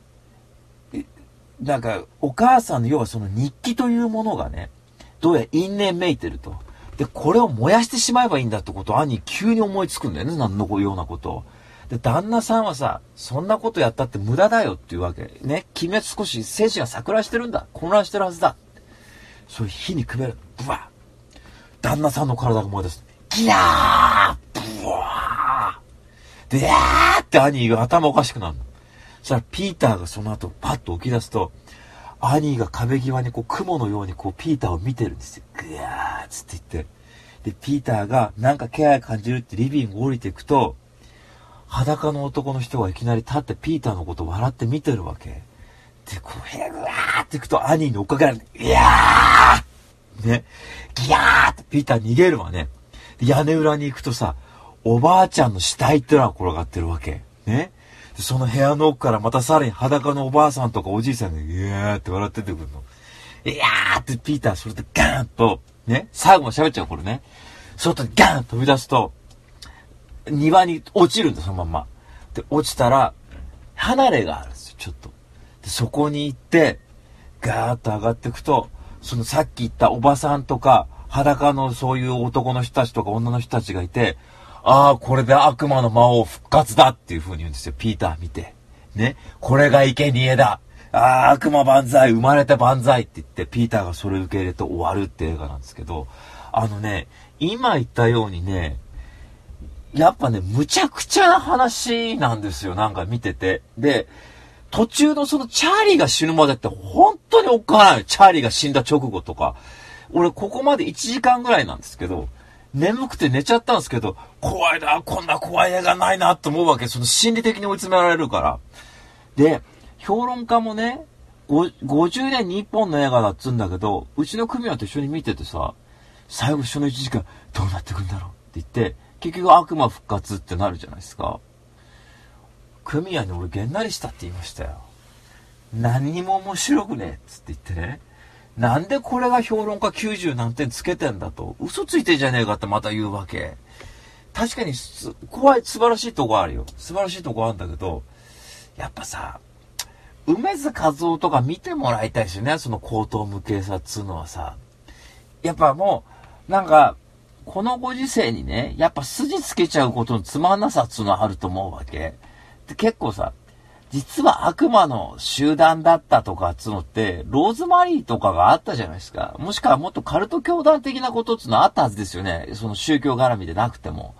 [SPEAKER 2] お母さんの要はその日記というものがね、どうやら因縁めいてると。で、これを燃やしてしまえばいいんだってことを兄急に思いつくんだよね、何のようなことを。で、旦那さんはさ、そんなことやったって無駄だよっていうわけ。ね、君は少し精神が錯乱してるんだ。混乱してるはずだ。そういう火にくべる。ブワー。旦那さんの体が燃え出す。ギャーブワーで、って兄が頭おかしくなるの。そしたらピーターがその後パッと起き出すと、兄が壁際にこう雲のようにこうピーターを見てるんですよ。グヤーっつって言って。で、ピーターがなんか気配感じるってリビング降りていくと、裸の男の人がいきなり立ってピーターのことを笑って見てるわけ。で、こう、グワーっていくと兄に追っかけられて、ギヤーね。ギヤーってピーター逃げるわね。で、屋根裏に行くとさ、おばあちゃんの死体ってのが転がってるわけ。ね。で、その部屋の奥からまたさらに裸のおばあさんとかおじいさんが、ギヤーって笑って出てくるの。いやーってピーターそれでガーンと、ね。最後まで喋っちゃうこれね。外にガーン飛び出すと、庭に落ちるんだ、そのまんま。で、落ちたら、離れがあるんですよ、ちょっと。で、そこに行って、ガーッと上がっていくと、そのさっき言ったおばさんとか、裸のそういう男の人たちとか女の人たちがいて、ああ、これで悪魔の魔王復活だっていう風に言うんですよ、ピーター見て。ね。これが生贄だ。ああ、悪魔万歳、生まれて万歳って言って、ピーターがそれを受け入れて終わるって映画なんですけど、今言ったようにね、やっぱね、むちゃくちゃな話なんですよ、なんか見てて。で、途中のそのチャーリーが死ぬまでって本当におっかないよ。チャーリーが死んだ直後とか。俺ここまで1時間ぐらいなんですけど、眠くて寝ちゃったんですけど、怖いな、こんな怖い映画ないなと思うわけ。その心理的に追い詰められるから。で、評論家もね、50年に1本の映画だっつうんだけど、うちの組合と一緒に見ててさ、最後その1時間どうなってくんだろうって言って、結局悪魔復活ってなるじゃないですか。組合に俺げんなりしたって言いましたよ。何にも面白くねえっつって言ってね。なんでこれが評論家90何点つけてんだと。嘘ついてんじゃねえかってまた言うわけ。確かに怖い素晴らしいとこあるよ。素晴らしいとこあるんだけど、やっぱさ、梅津和夫とか見てもらいたいですよね。その高等無形さっつうのはさ。やっぱもう、なんか、このご時世にね、やっぱ筋つけちゃうことのつまんなさっつうのはあると思うわけ。で、結構さ、実は悪魔の集団だったとかっつうのって、ローズマリーとかがあったじゃないですか。もしくはもっとカルト教団的なことっつうのはあったはずですよね。その宗教絡みでなくても。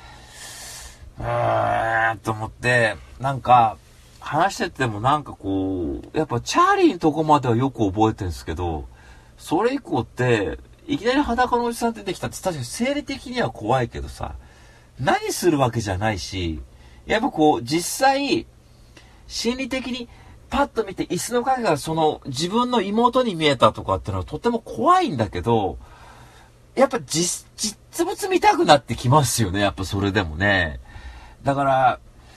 [SPEAKER 2] と思って、なんか、話しててもなんかこう、やっぱチャーリーのとこまではよく覚えてるんですけど、それ以降って、いきなり裸のおじさん出てきたって確かに生理的には怖いけどさ、何するわけじゃないし、やっぱこう、実際、心理的にパッと見て椅子の影がその自分の妹に見えたとかってのはとても怖いんだけど、やっぱ実物見たくなってきますよね、やっぱそれでもね。だから、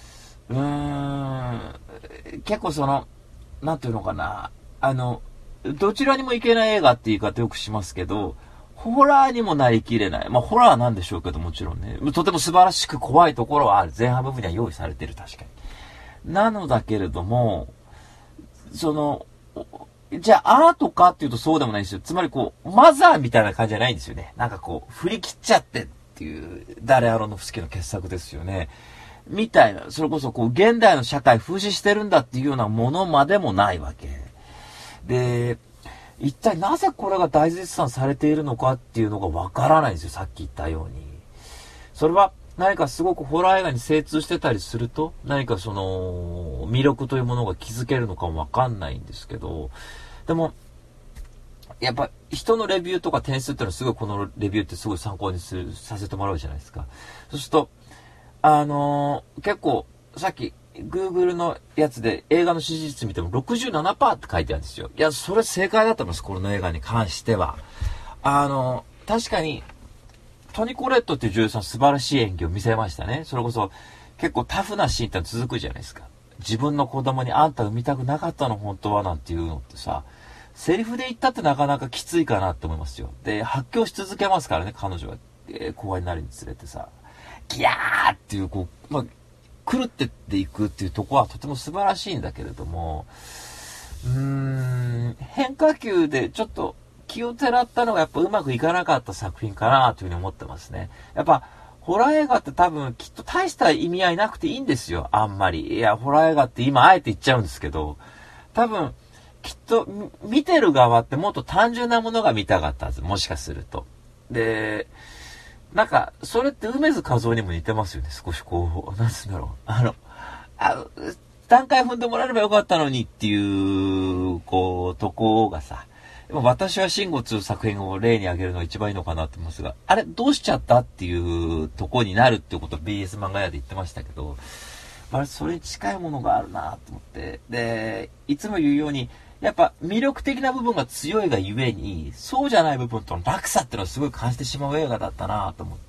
[SPEAKER 2] 結構その、なんていうのかな、どちらにもいけない映画って言い方よくしますけど、ホラーにもなりきれない。まあ、ホラーなんでしょうけどもちろんね。とても素晴らしく怖いところはある。前半部分には用意されてる、確かに。なのだけれども、その、じゃあアートかっていうとそうでもないんですよ。つまりこう、マザーみたいな感じじゃないんですよね。なんかこう、振り切っちゃってっていう、ダレアロノフスキーの傑作ですよね。みたいな、それこそこう、現代の社会風刺してるんだっていうようなものまでもないわけ。で、一体なぜこれが大絶賛されているのかっていうのがわからないんですよ、さっき言ったように。それは何かすごくホラー映画に精通してたりすると、何かその魅力というものが気づけるのかもわかんないんですけど、でも、やっぱ人のレビューとか点数ってのはすごいこのレビューってすごい参考にさせてもらうじゃないですか。そうすると、結構、さっき、Google のやつで映画の支持率見ても 67% って書いてあるんですよ。いや、それ正解だと思います、この映画に関しては。確かに、トニコレットっていう女優さん素晴らしい演技を見せましたね。それこそ、結構タフなシーンって続くじゃないですか。自分の子供にあんた産みたくなかったの本当はなんていうのってさ、セリフで言ったってなかなかきついかなって思いますよ。で、発狂し続けますからね、彼女は。後輩になるにつれてさ、ギャーっていう、こう、狂ってっていくっていうところはとても素晴らしいんだけれども、変化球でちょっと気をてらったのがやっぱうまくいかなかった作品かなというふうに思ってますね。やっぱ、ホラー映画って多分きっと大した意味合いなくていいんですよ、あんまり。いや、ホラー映画って今あえて言っちゃうんですけど、多分、きっと見てる側ってもっと単純なものが見たかったはず、もしかすると。で、なんか、それって梅津和夫にも似てますよね、少しこう、なんつうんだろう。段階踏んでもらえればよかったのにっていう、こう、とこがさ、私は慎吾という作品を例に挙げるのが一番いいのかなと思いますが、あれ、どうしちゃったっていうとこになるってことを BS 漫画屋で言ってましたけど、あれ、それに近いものがあるなと思って、で、いつも言うように、やっぱ魅力的な部分が強いがゆえに、そうじゃない部分との落差っていうのをすごい感じてしまう映画だったなと思って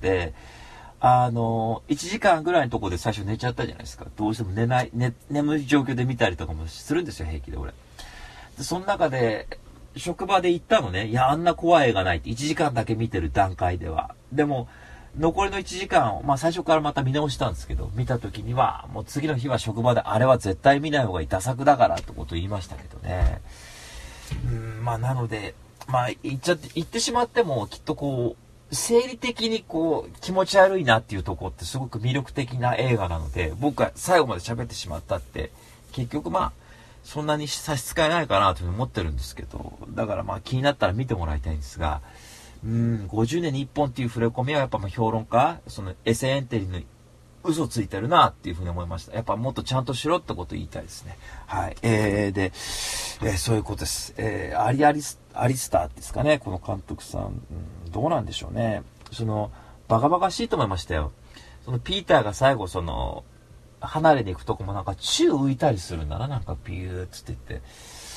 [SPEAKER 2] 、1時間ぐらいのところで最初寝ちゃったじゃないですか。どうしても眠い状況で見たりとかもするんですよ、平気で俺。で、その中で、職場で行ったのね。いや、あんな怖い映画ないって、1時間だけ見てる段階では。でも、残りの1時間を、最初からまた見直したんですけど、見た時には、もう次の日は職場で、あれは絶対見ない方がいい、ダ作だからってことを言いましたけどね。なので、言ってしまっても、きっとこう、生理的にこう、気持ち悪いなっていうところってすごく魅力的な映画なので、僕が最後まで喋ってしまったって、結局そんなに差し支えないかなというふうに思ってるんですけど、だから気になったら見てもらいたいんですが、50年に1本っていう触れ込みはやっぱ評論家、そのエセエンテリの嘘ついてるなっていうふうに思いました。やっぱもっとちゃんとしろってことを言いたいですね。はい。そういうことです。アリスターですかね、この監督さん。どうなんでしょうね。バカバカしいと思いましたよ。ピーターが最後離れに行くとこもなんか宙浮いたりするんだな、なんかピューっつって言って。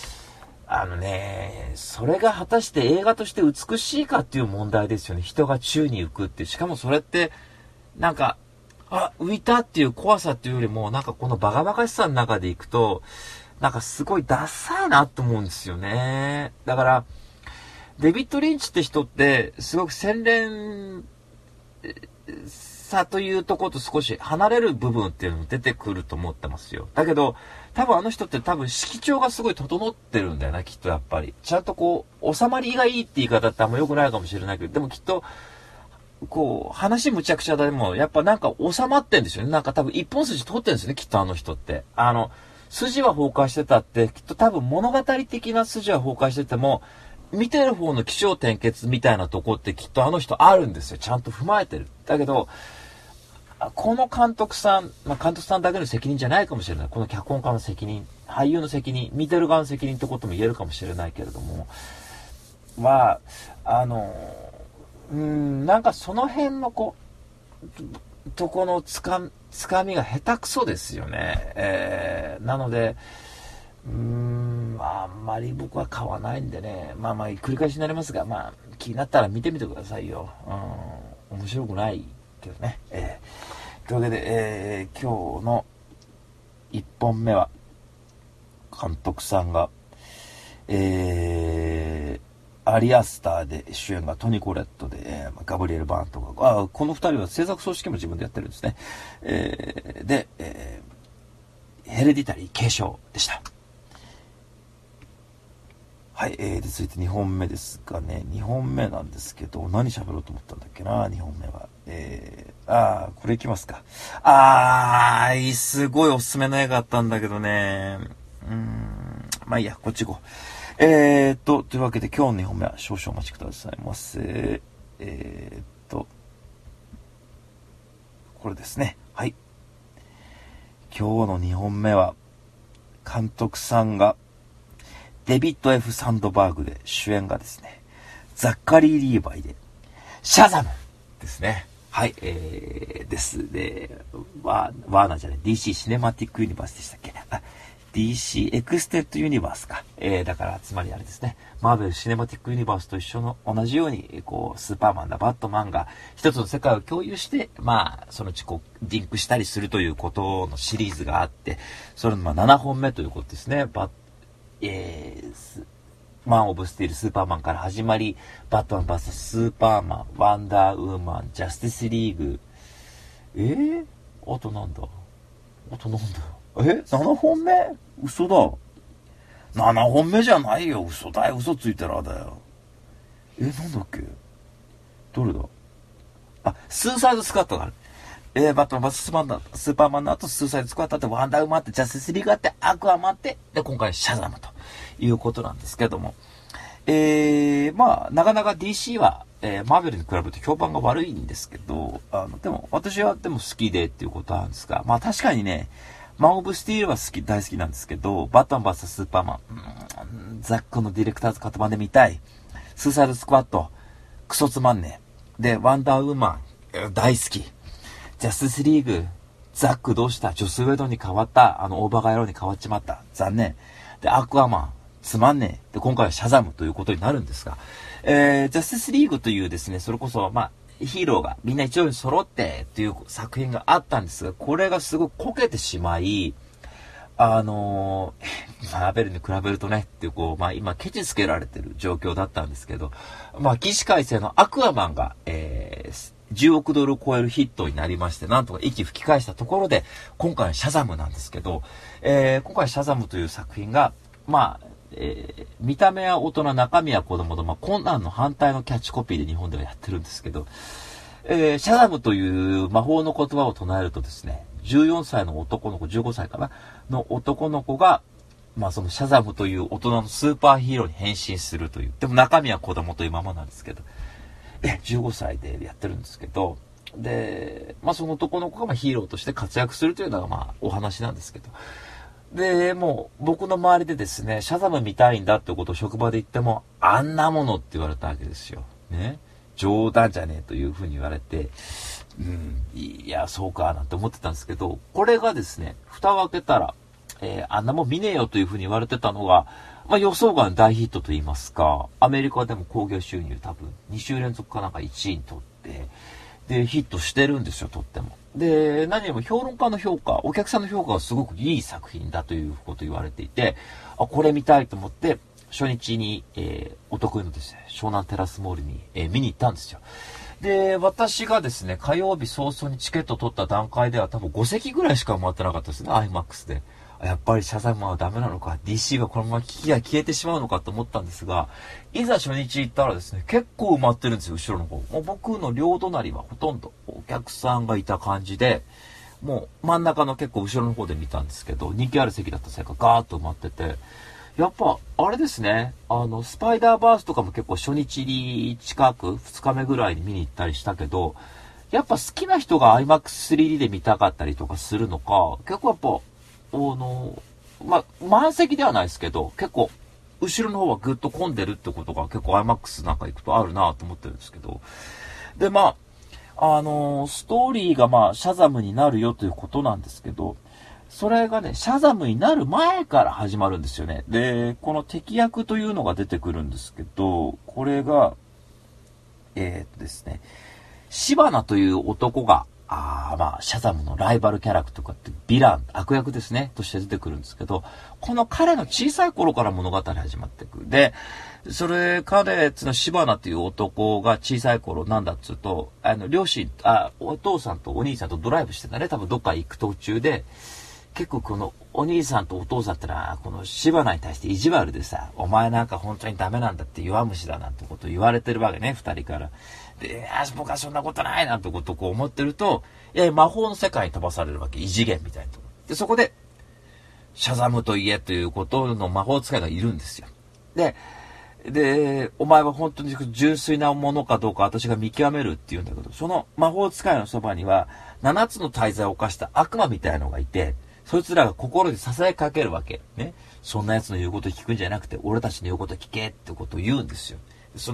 [SPEAKER 2] それが果たして映画として美しいかっていう問題ですよね。人が宙に浮くって。しかもそれって、なんか、浮いたっていう怖さっていうよりも、なんかこのバカバカしさの中でいくと、なんかすごいダサいなと思うんですよね。だから、デビッド・リンチって人って、すごく洗練さというところと少し離れる部分っていうのも出てくると思ってますよ。だけど、多分あの人って色調がすごい整ってるんだよな、きっとやっぱり。ちゃんとこう、収まりがいいって言い方ってあんま良くないかもしれないけど、でもきっと、こう、話むちゃくちゃでも、やっぱなんか収まってんですよね。なんか多分一本筋通ってるんですね、きっとあの人って。筋は崩壊してたって、きっと多分物語的な筋は崩壊してても、見てる方の起承転結みたいなとこってきっとあの人あるんですよ。ちゃんと踏まえてる。だけど、この監督さん、監督さんだけの責任じゃないかもしれない。この脚本家の責任、俳優の責任、見てる側の責任ってことも言えるかもしれないけれども、なんかその辺のとこのつかみが下手くそですよね。なので、あんまり僕は買わないんでね、繰り返しになりますが、気になったら見てみてくださいよ。面白くないけどね。というわけで、今日の1本目は、監督さんが、アリアスターで主演がトニコレットで、ガブリエル・バーンとか、この2人は制作組織も自分でやってるんですね。で、ヘレディタリー継承でした。はい、で続いて2本目ですがね、2本目なんですけど、何喋ろうと思ったんだっけな、2本目は。これいきますか。すごいおすすめの映画あったんだけどね。いいや、こっち行こう。というわけで今日の2本目は少々お待ちくださいませ。これですね。はい。今日の2本目は、監督さんが、デビッド・ F. サンドバーグで主演がですね、 ザッカリー・リーバイで、シャザムですね。はい、ですで、ワーナーじゃない、DC シネマティックユニバースでしたっけ。DC エクステッドユニバースか。だからつまりあれですね。マーベルシネマティックユニバースと一緒の同じようにこうスーパーマンだバットマンが一つの世界を共有してそのうちこうリンクしたりするということのシリーズがあって、それの7本目ということですね。マン・オブ・スティール、スーパーマンから始まり、バットマン VS スーパーマン、ワンダーウーマン、ジャスティスリーグ、あとなんだ7本目？嘘だ。7本目じゃないよ。嘘だよ。嘘ついたらだよ。なんだっけ？どれだ？スーサイドスクワットがある。バットマン VS スーパーマンの後、スーサイドスクワットあって、ワンダーウーマンあって、ジャスティスリーグあって、アクアマンあって、で、今回シャザムということなんですけども。なかなか DC は、マーベルに比べると評判が悪いんですけど、でも、私はでも好きでっていうことなんですが、確かにね、マン・オブ・スティールは大好きなんですけど、バットマン VS スーパーマン、ザックのディレクターズカット版で見たい。スーサイドスクワット、クソつまんねえ。で、ワンダーウーマン、大好き。ジャスティスリーグ、ザックどうした？ジョス・ウェドに変わった。オーバーガ野郎に変わっちまった。残念。で、アクアマン、つまんねえ。で、今回はシャザムということになるんですが、ジャスティスリーグというですね、それこそ、ヒーローがみんな一応に揃ってっていう作品があったんですが、これがすごくこけてしまい、マーベルに比べるとね、っていう今ケチつけられてる状況だったんですけど、起死回生のアクアマンが、10億ドルを超えるヒットになりまして、なんとか息吹き返したところで、今回はシャザムなんですけど、今回シャザムという作品が、見た目は大人、中身は子供と、困難の反対のキャッチコピーで日本ではやってるんですけど、シャザムという魔法の言葉を唱えるとですね、14歳の男の子、15歳かなの男の子が、そのシャザムという大人のスーパーヒーローに変身するという。でも中身は子供というままなんですけど、15歳でやってるんですけど、で、その男の子がヒーローとして活躍するというのがお話なんですけど、で、もう僕の周りでですね、シャザム見たいんだってことを職場で言っても、あんなものって言われたわけですよ。ね。冗談じゃねえというふうに言われて、いや、そうかなんて思ってたんですけど、これがですね、蓋を開けたら、あんなもん見ねえよというふうに言われてたのが、予想外の大ヒットと言いますか、アメリカでも興行収入多分2週連続かなんか1位に取って、で、ヒットしてるんですよ、とっても。で、何よりも評論家の評価、お客さんの評価がすごくいい作品だということを言われていて、これ見たいと思って、初日に、お得意のですね、湘南テラスモールに、見に行ったんですよ。で、私がですね、火曜日早々にチケット取った段階では多分5席ぐらいしか埋まってなかったですね、IMAX で。やっぱりシャザムはダメなのか、DC はこのまま機器が消えてしまうのかと思ったんですが、いざ初日行ったらですね、結構埋まってるんですよ、後ろの方。もう僕の両隣はほとんどお客さんがいた感じで、もう真ん中の結構後ろの方で見たんですけど、人気ある席だったせいかガーッと埋まってて、やっぱ、あれですね、スパイダーバースとかも結構初日に近く、2日目ぐらいに見に行ったりしたけど、やっぱ好きな人が IMAX3D で見たかったりとかするのか、結構やっぱ、満席ではないですけど、結構、後ろの方はぐっと混んでるってことが結構 IMAX なんか行くとあるなと思ってるんですけど。で、ストーリーがシャザムになるよということなんですけど、それがね、シャザムになる前から始まるんですよね。で、この敵役というのが出てくるんですけど、これが、ですね、シバナという男が、シャザムのライバルキャラクターとかってヴィラン、悪役ですね、として出てくるんですけど、この彼の小さい頃から物語始まっていく。で、彼のシバナという男が小さい頃なんだっつうと、両親、お父さんとお兄さんとドライブしてたね、多分どっか行く途中で、結構このお兄さんとお父さんってのは、このシバナに対して意地悪でさ、お前なんか本当にダメなんだって弱虫だなんてことを言われてるわけね、二人から。で、僕はそんなことないなんてことをこう思ってると、魔法の世界に飛ばされるわけ、異次元みたいなところ。で、そこで、シャザムと言えということの魔法使いがいるんですよ。で、お前は本当に純粋なものかどうか私が見極めるって言うんだけど、その魔法使いのそばには、7つの大罪を犯した悪魔みたいのがいて、そいつらが心で囁きかけるわけ。ね。そんな奴の言うこと聞くんじゃなくて、俺たちの言うこと聞けってことを言うんですよ。その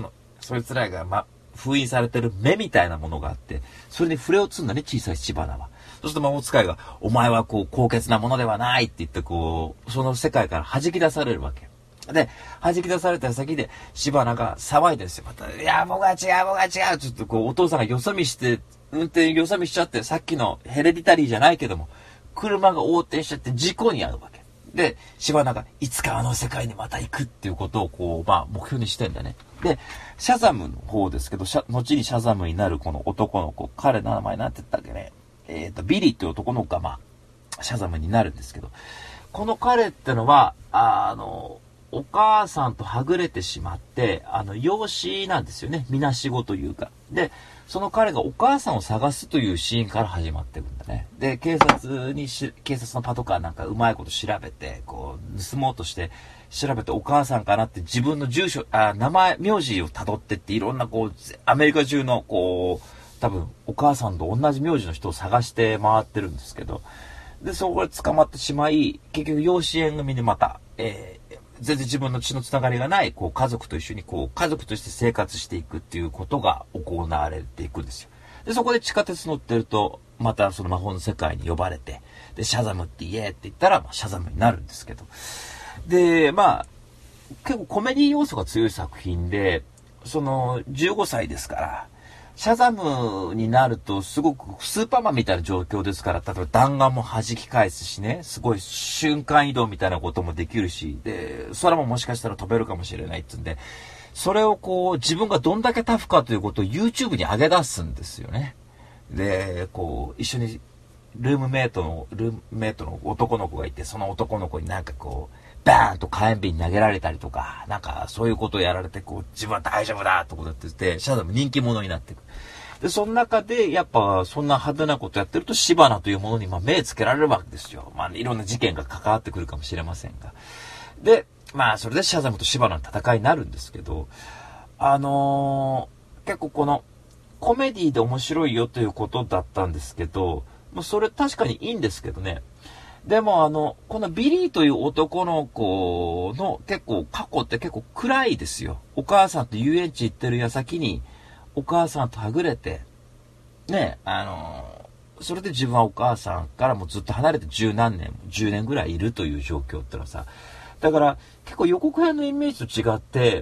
[SPEAKER 2] そいつらが、封印されてる目みたいなものがあって、それに触れをつんだね、小さいシバナは。そうすると魔法使いが、お前は高潔なものではないって言って、その世界から弾き出されるわけ。で、弾き出された先で、シバナが騒いでるんですよ。また、いや、僕は違う。ちょっとお父さんがよそ見して、運転よそ見しちゃって、さっきのヘレディタリーじゃないけども、車が横転しちゃって事故に遭うわけ。で、シバナがいつかあの世界にまた行くっていうことを目標にしてんだね。で、シャザムの方ですけど、後にシャザムになるこの男の子、彼の名前なんて言ったっけね。ビリーっていう男の子がシャザムになるんですけど、この彼ってのは、お母さんとはぐれてしまって、養子なんですよね。みなしごというか。で、その彼がお母さんを探すというシーンから始まってるんだね。で、警察のパトカーなんかうまいこと調べて、盗もうとして調べてお母さんかなって自分の住所、名前、名字を辿ってっていろんなアメリカ中の多分お母さんと同じ名字の人を探して回ってるんですけど、で、そこで捕まってしまい、結局養子縁組でまた、全然自分の血のつながりがない家族と一緒に家族として生活していくっていうことが行われていくんですよ。で、そこで地下鉄乗ってるとまたその魔法の世界に呼ばれて、でシャザムって言えって言ったら、シャザムになるんですけど、で結構コメディ要素が強い作品で、その15歳ですからシャザムになるとすごくスーパーマンみたいな状況ですから、例えば弾丸も弾き返すしね、すごい瞬間移動みたいなこともできるし、で、空ももしかしたら飛べるかもしれないってんで、それを自分がどんだけタフかということを YouTube に上げ出すんですよね。で、一緒にルームメイトの男の子がいて、その男の子にバーンと火炎瓶投げられたりとか、そういうことをやられて、自分は大丈夫だってことやってて、シャザム人気者になっていく。で、その中で、やっぱ、そんな派手なことやってると、シバナというものに、目つけられるわけですよ。いろんな事件が関わってくるかもしれませんが。で、それでシャザムとシバナの戦いになるんですけど、結構この、コメディで面白いよということだったんですけど、それ確かにいいんですけどね。でもこのビリーという男の子の過去って結構暗いですよ。お母さんと遊園地行ってる矢先に、お母さんとはぐれて、ね、それで自分はお母さんからもずっと離れて10年ぐらいいるという状況ってのはさ、だから結構予告編のイメージと違って、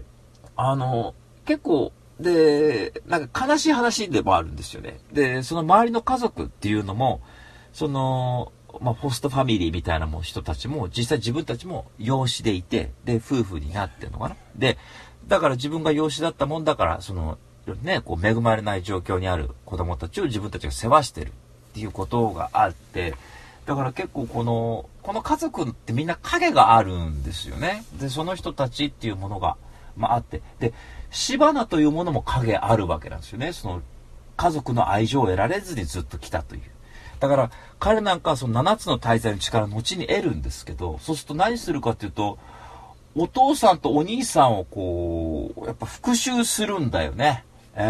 [SPEAKER 2] 結構、で、悲しい話でもあるんですよね。で、その周りの家族っていうのも、ホストファミリーみたいな人たちも、実際自分たちも養子でいて、で、夫婦になってるのかな。で、だから自分が養子だったもんだから、恵まれない状況にある子供たちを自分たちが世話してるっていうことがあって、だから結構この家族ってみんな影があるんですよね。で、その人たちっていうものが、あって、で、シバナというものも影あるわけなんですよね。その家族の愛情を得られずにずっと来たという。だから彼なんかはその7つの大罪の力を後に得るんですけど、そうすると何するかっていうと、お父さんとお兄さんをやっぱ復讐するんだよね。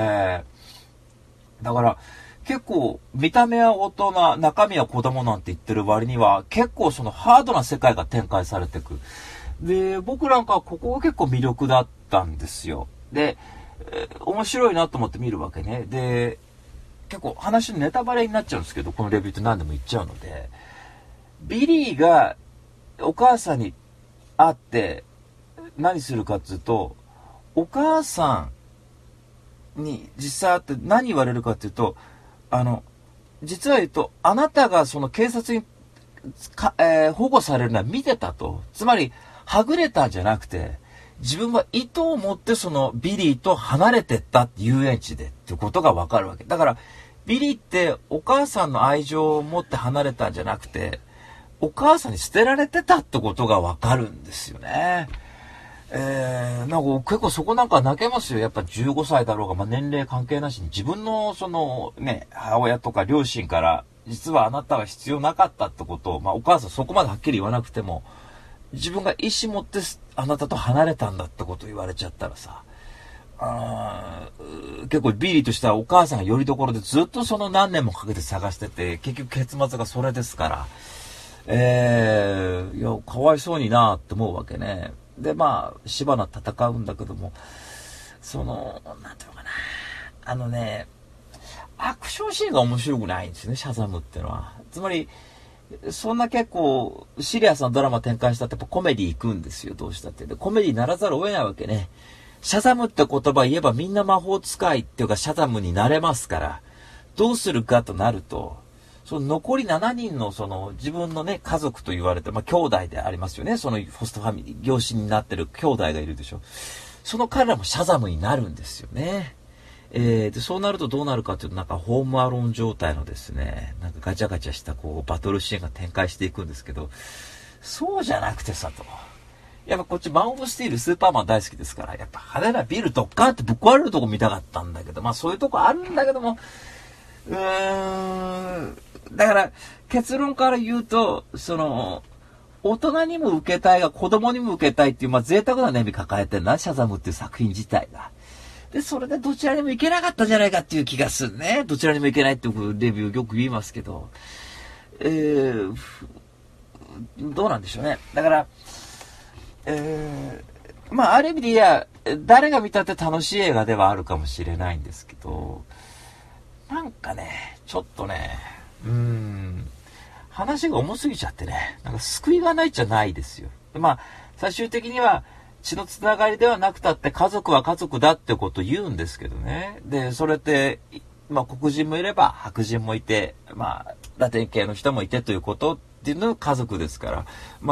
[SPEAKER 2] だから結構見た目は大人、中身は子供なんて言ってる割には結構そのハードな世界が展開されていく。で、僕なんかはここが結構魅力だったんですよ。で、面白いなと思って見るわけね。で、結構話のネタバレになっちゃうんですけど、このレビューって何でも言っちゃうので、ビリーがお母さんに会って何するかっていうと、お母さんに実際会って何言われるかっていうと、実は言うと、あなたがその警察に保護されるのは見てたと。つまり、はぐれたんじゃなくて、自分は意図を持ってそのビリーと離れてったって遊園地でってことがわかるわけ。だから、ビリーってお母さんの愛情を持って離れたんじゃなくて、お母さんに捨てられてたってことがわかるんですよね。結構そこなんか泣けますよ。やっぱ15歳だろうが、年齢関係なしに自分の母親とか両親から実はあなたは必要なかったってことを、お母さんそこまではっきり言わなくても、自分が意思持ってあなたと離れたんだってことを言われちゃったらさ、結構ビリーとしてはお母さんがよりどころでずっとその何年もかけて探してて、結局結末がそれですから、かわいそうになって思うわけね。で、シバナ戦うんだけども、 なんていうのかな、アクションシーンが面白くないんですよね、シャザムっていうのは。つまり、そんな結構シリアスなドラマ展開したってやっぱコメディ行くんですよ、どうしたって。で、コメディにならざるを得ないわけね。シャザムって言葉言えばみんな魔法使いっていうかシャザムになれますから、どうするかとなると、その残り7人の自分のね、家族と言われて、兄弟でありますよね。そのホストファミリー、養子になってる兄弟がいるでしょ。その彼らもシャザムになるんですよね。で、そうなるとどうなるかというと、なんかホームアローン状態のですね、なんかガチャガチャしたバトルシーンが展開していくんですけど、そうじゃなくてさと。やっぱこっちマン・オブ・スティール、スーパーマン大好きですから、やっぱ派手なビルドッカーってぶっ壊れるとこ見たかったんだけど、そういうとこあるんだけども、だから結論から言うと、大人にも受けたいが子供にも受けたいっていう、贅沢な悩み抱えてるな、シャザムっていう作品自体が。で、それでどちらにも行けなかったんじゃないかっていう気がするね。どちらにも行けないっていうレビューよく言いますけど。どうなんでしょうね。だから、ある意味で誰が見たって楽しい映画ではあるかもしれないんですけど、なんかね、ちょっとね、話が重すぎちゃってね、なんか救いがないじゃないですよ。最終的には血のつながりではなくたって家族は家族だってことを言うんですけどね。で、それって、黒人もいれば白人もいて、ラテン系の人もいてということっていうのが家族ですから、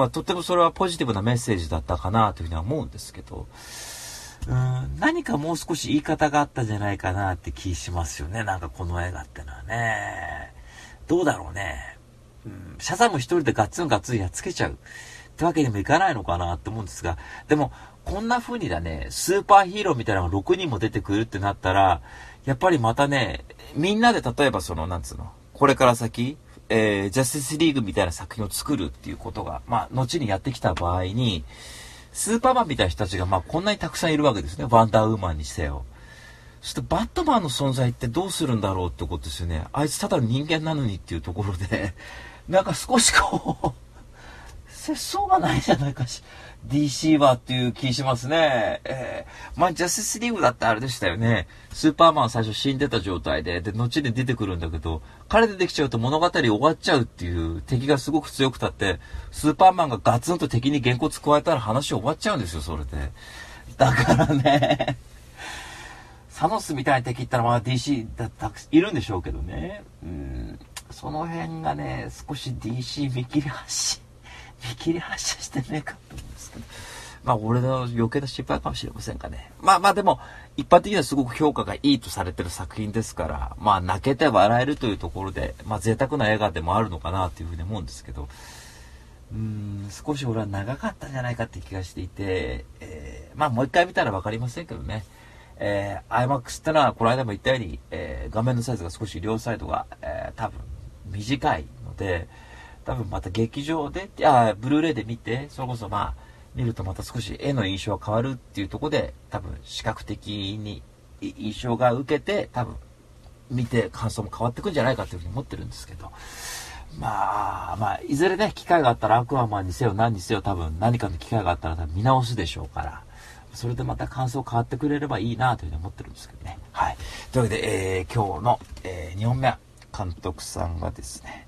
[SPEAKER 2] とってもそれはポジティブなメッセージだったかなというふうには思うんですけど、何かもう少し言い方があったんじゃないかなって気しますよね。なんかこの映画ってのはね。どうだろうね。シャザム一人でガッツンやっつけちゃうってわけにもいかないのかなって思うんですが、でもこんな風にだね、スーパーヒーローみたいなのが6人も出てくるってなったら、やっぱりまたね、みんなで例えばこれから先、ジャスティスリーグみたいな作品を作るっていうことが、後にやってきた場合に、スーパーマンみたいな人たちがこんなにたくさんいるわけですね。ワンダーウーマンにせよ。そしてバットマンの存在ってどうするんだろうってことですよね。あいつただの人間なのにっていうところで、なんか少し節操がないじゃないかし。DC はっていう気しますね。ジャスティスリーグだってあれでしたよね。スーパーマン最初死んでた状態で、後に出てくるんだけど、彼出てきちゃうと物語終わっちゃうっていう敵がすごく強くたって、スーパーマンがガツンと敵にげんこつ加えたら話終わっちゃうんですよ、それで。だからね、サノスみたいな敵ったらDC いるんでしょうけどね。その辺がね、少し DC 見切り発車してねえかと思うんですけど。俺の余計な心配かもしれませんかね。でも、一般的にはすごく評価がいいとされてる作品ですから、泣けて笑えるというところで、贅沢な映画でもあるのかなというふうに思うんですけど、少し俺は長かったんじゃないかって気がしていて、もう一回見たらわかりませんけどね。IMAX ってのは、この間も言ったように、画面のサイズが少し両サイドが、多分短いので、多分また劇場で、ブルーレイで見て、それこそ見るとまた少し絵の印象が変わるっていうところで、多分視覚的に印象が受けて、多分見て感想も変わってくんじゃないかというふうに思ってるんですけど、いずれね、機会があったらアクアマンにせよ何にせよ多分何かの機会があったら多分見直すでしょうから、それでまた感想変わってくれればいいなというふうに思ってるんですけどね。はい。というわけで、今日の、2本目は監督さんがですね、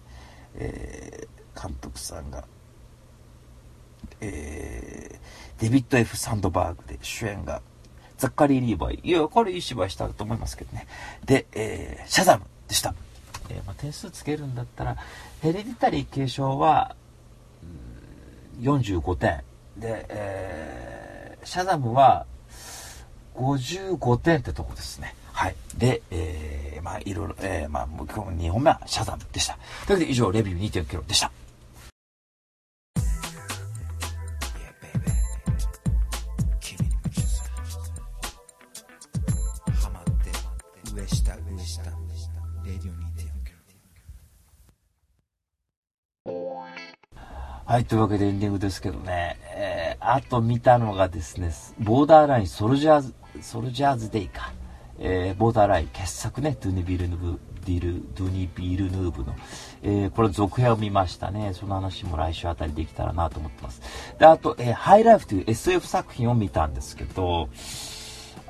[SPEAKER 2] デビッド・ F ・サンドバーグで、主演がザッカリー・リーバイ。いや、これいい芝居したと思いますけどね。で、シャザムでした。点数つけるんだったら、ヘレディタリー継承は、45点。で、シャザムは55点ってとこですね。はい。で、いろいろ、今日2本目はシャザムでした。というわけで以上、レビュー 2.0 でした。はい、というわけでエンディングですけどね、あと見たのがですね、ボーダーラインソルジャーズデイか、ボーダーライン傑作ね、ドゥニ・ビルヌーブの、これ続編を見ましたね。その話も来週あたりできたらなと思ってます。で、あと、ハイライフという SF 作品を見たんですけど、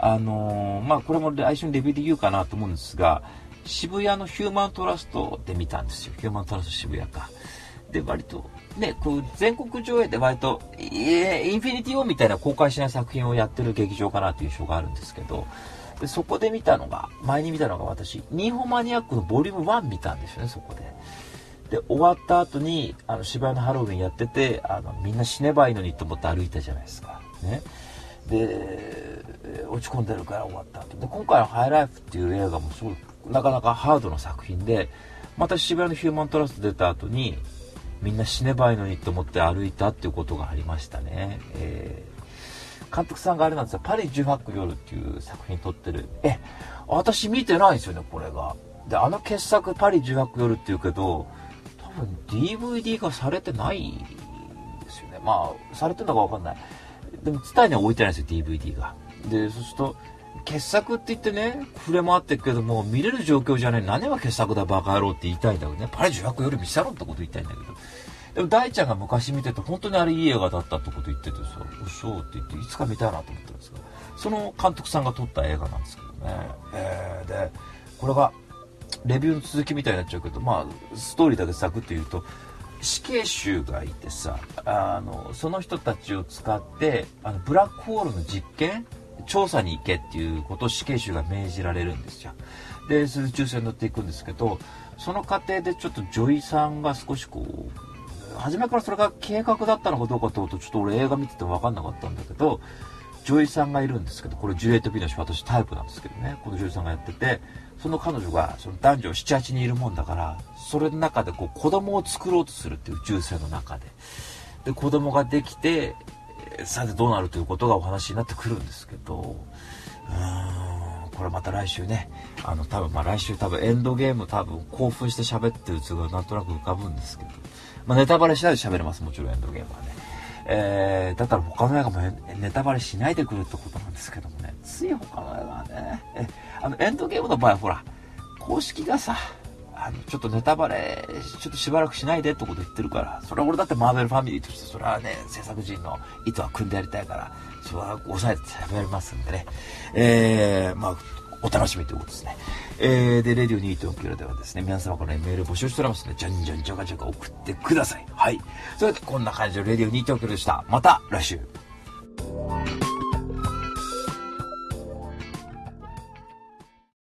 [SPEAKER 2] これも来週のレビューで言うかなと思うんですが、渋谷のヒューマントラストで見たんですよ。ヒューマントラスト渋谷か。で、割と、ね、こう全国上映で割と、インフィニティ・ウォーみたいな公開しない作品をやってる劇場かなという印象があるんですけど、でそこで見たのが、前に見たのが私、ニーホマニアックのボリューム1見たんですよね、そこで。で、終わった後に、渋谷のハロウィンやってて、みんな死ねばいいのにと思って歩いたじゃないですか。ね。で、落ち込んでるから終わった後。で、今回のハイライフっていう映画もすごい、なかなかハードな作品で、また渋谷のヒューマントラスト出た後に、みんな死ねばいいのにと思って歩いたっていうことがありましたね。監督さんがあれなんですよ、パリ18区夜っていう作品撮ってる。私見てないんですよね、これが。で、傑作パリ18区夜っていうけど、多分 DVD 化されてないんですよね。されてるのかわかんない。でも、ツタヤには置いてないんですよ、DVD が。で、そうすると、傑作って言ってね、触れ回ってるけども、見れる状況じゃない。何が傑作だバカ野郎って言いたいんだけどね。パリ18区夜見せろってこと言いたいんだけど。でも大ちゃんが昔見てて本当にあれいい映画だったってこと言っててさ、そうって言っていつか見たいなと思ってるんですが、その監督さんが撮った映画なんですけどね。で、これがレビューの続きみたいになっちゃうけど、ストーリーだけサクッと言うと、死刑囚がいてさ、その人たちを使ってブラックホールの実験調査に行けっていうことを死刑囚が命じられるんですよ。で、それで宇宙船に乗っていくんですけど、その過程でちょっと女医さんが少しこう、初めからそれが計画だったのかどうかってことちょっと俺映画見てても分かんなかったんだけど、女医さんがいるんですけど、これジュリエット・ビノシュ、私タイプなんですけどね、この女医さんがやってて、その彼女がその男女 7,8 人いるもんだから、それの中でこう子供を作ろうとするっていう宇宙船の中で子供ができて、さてどうなるということがお話になってくるんですけど、これまた来週ね、来週エンドゲーム興奮して喋ってる図がなんとなく浮かぶんですけど、ネタバレしないで喋れます、もちろんエンドゲームはね。だったら他の映画もネタバレしないでくるってことなんですけどもね、つい他の映画はね、エンドゲームの場合はほら、公式がさ、ちょっとネタバレちょっとしばらくしないでってこと言ってるから、それは俺だってマーベルファミリーとしてそれはね、制作陣の意図は組んでやりたいから、それは抑えて喋りますんでね、お楽しみということですね。で、レディオ2.9ではですね、皆様からメール募集しておりますので、じゃんじゃんじゃがじゃが送ってください。はい。それでこんな感じでレディオ2.9でした。また来週。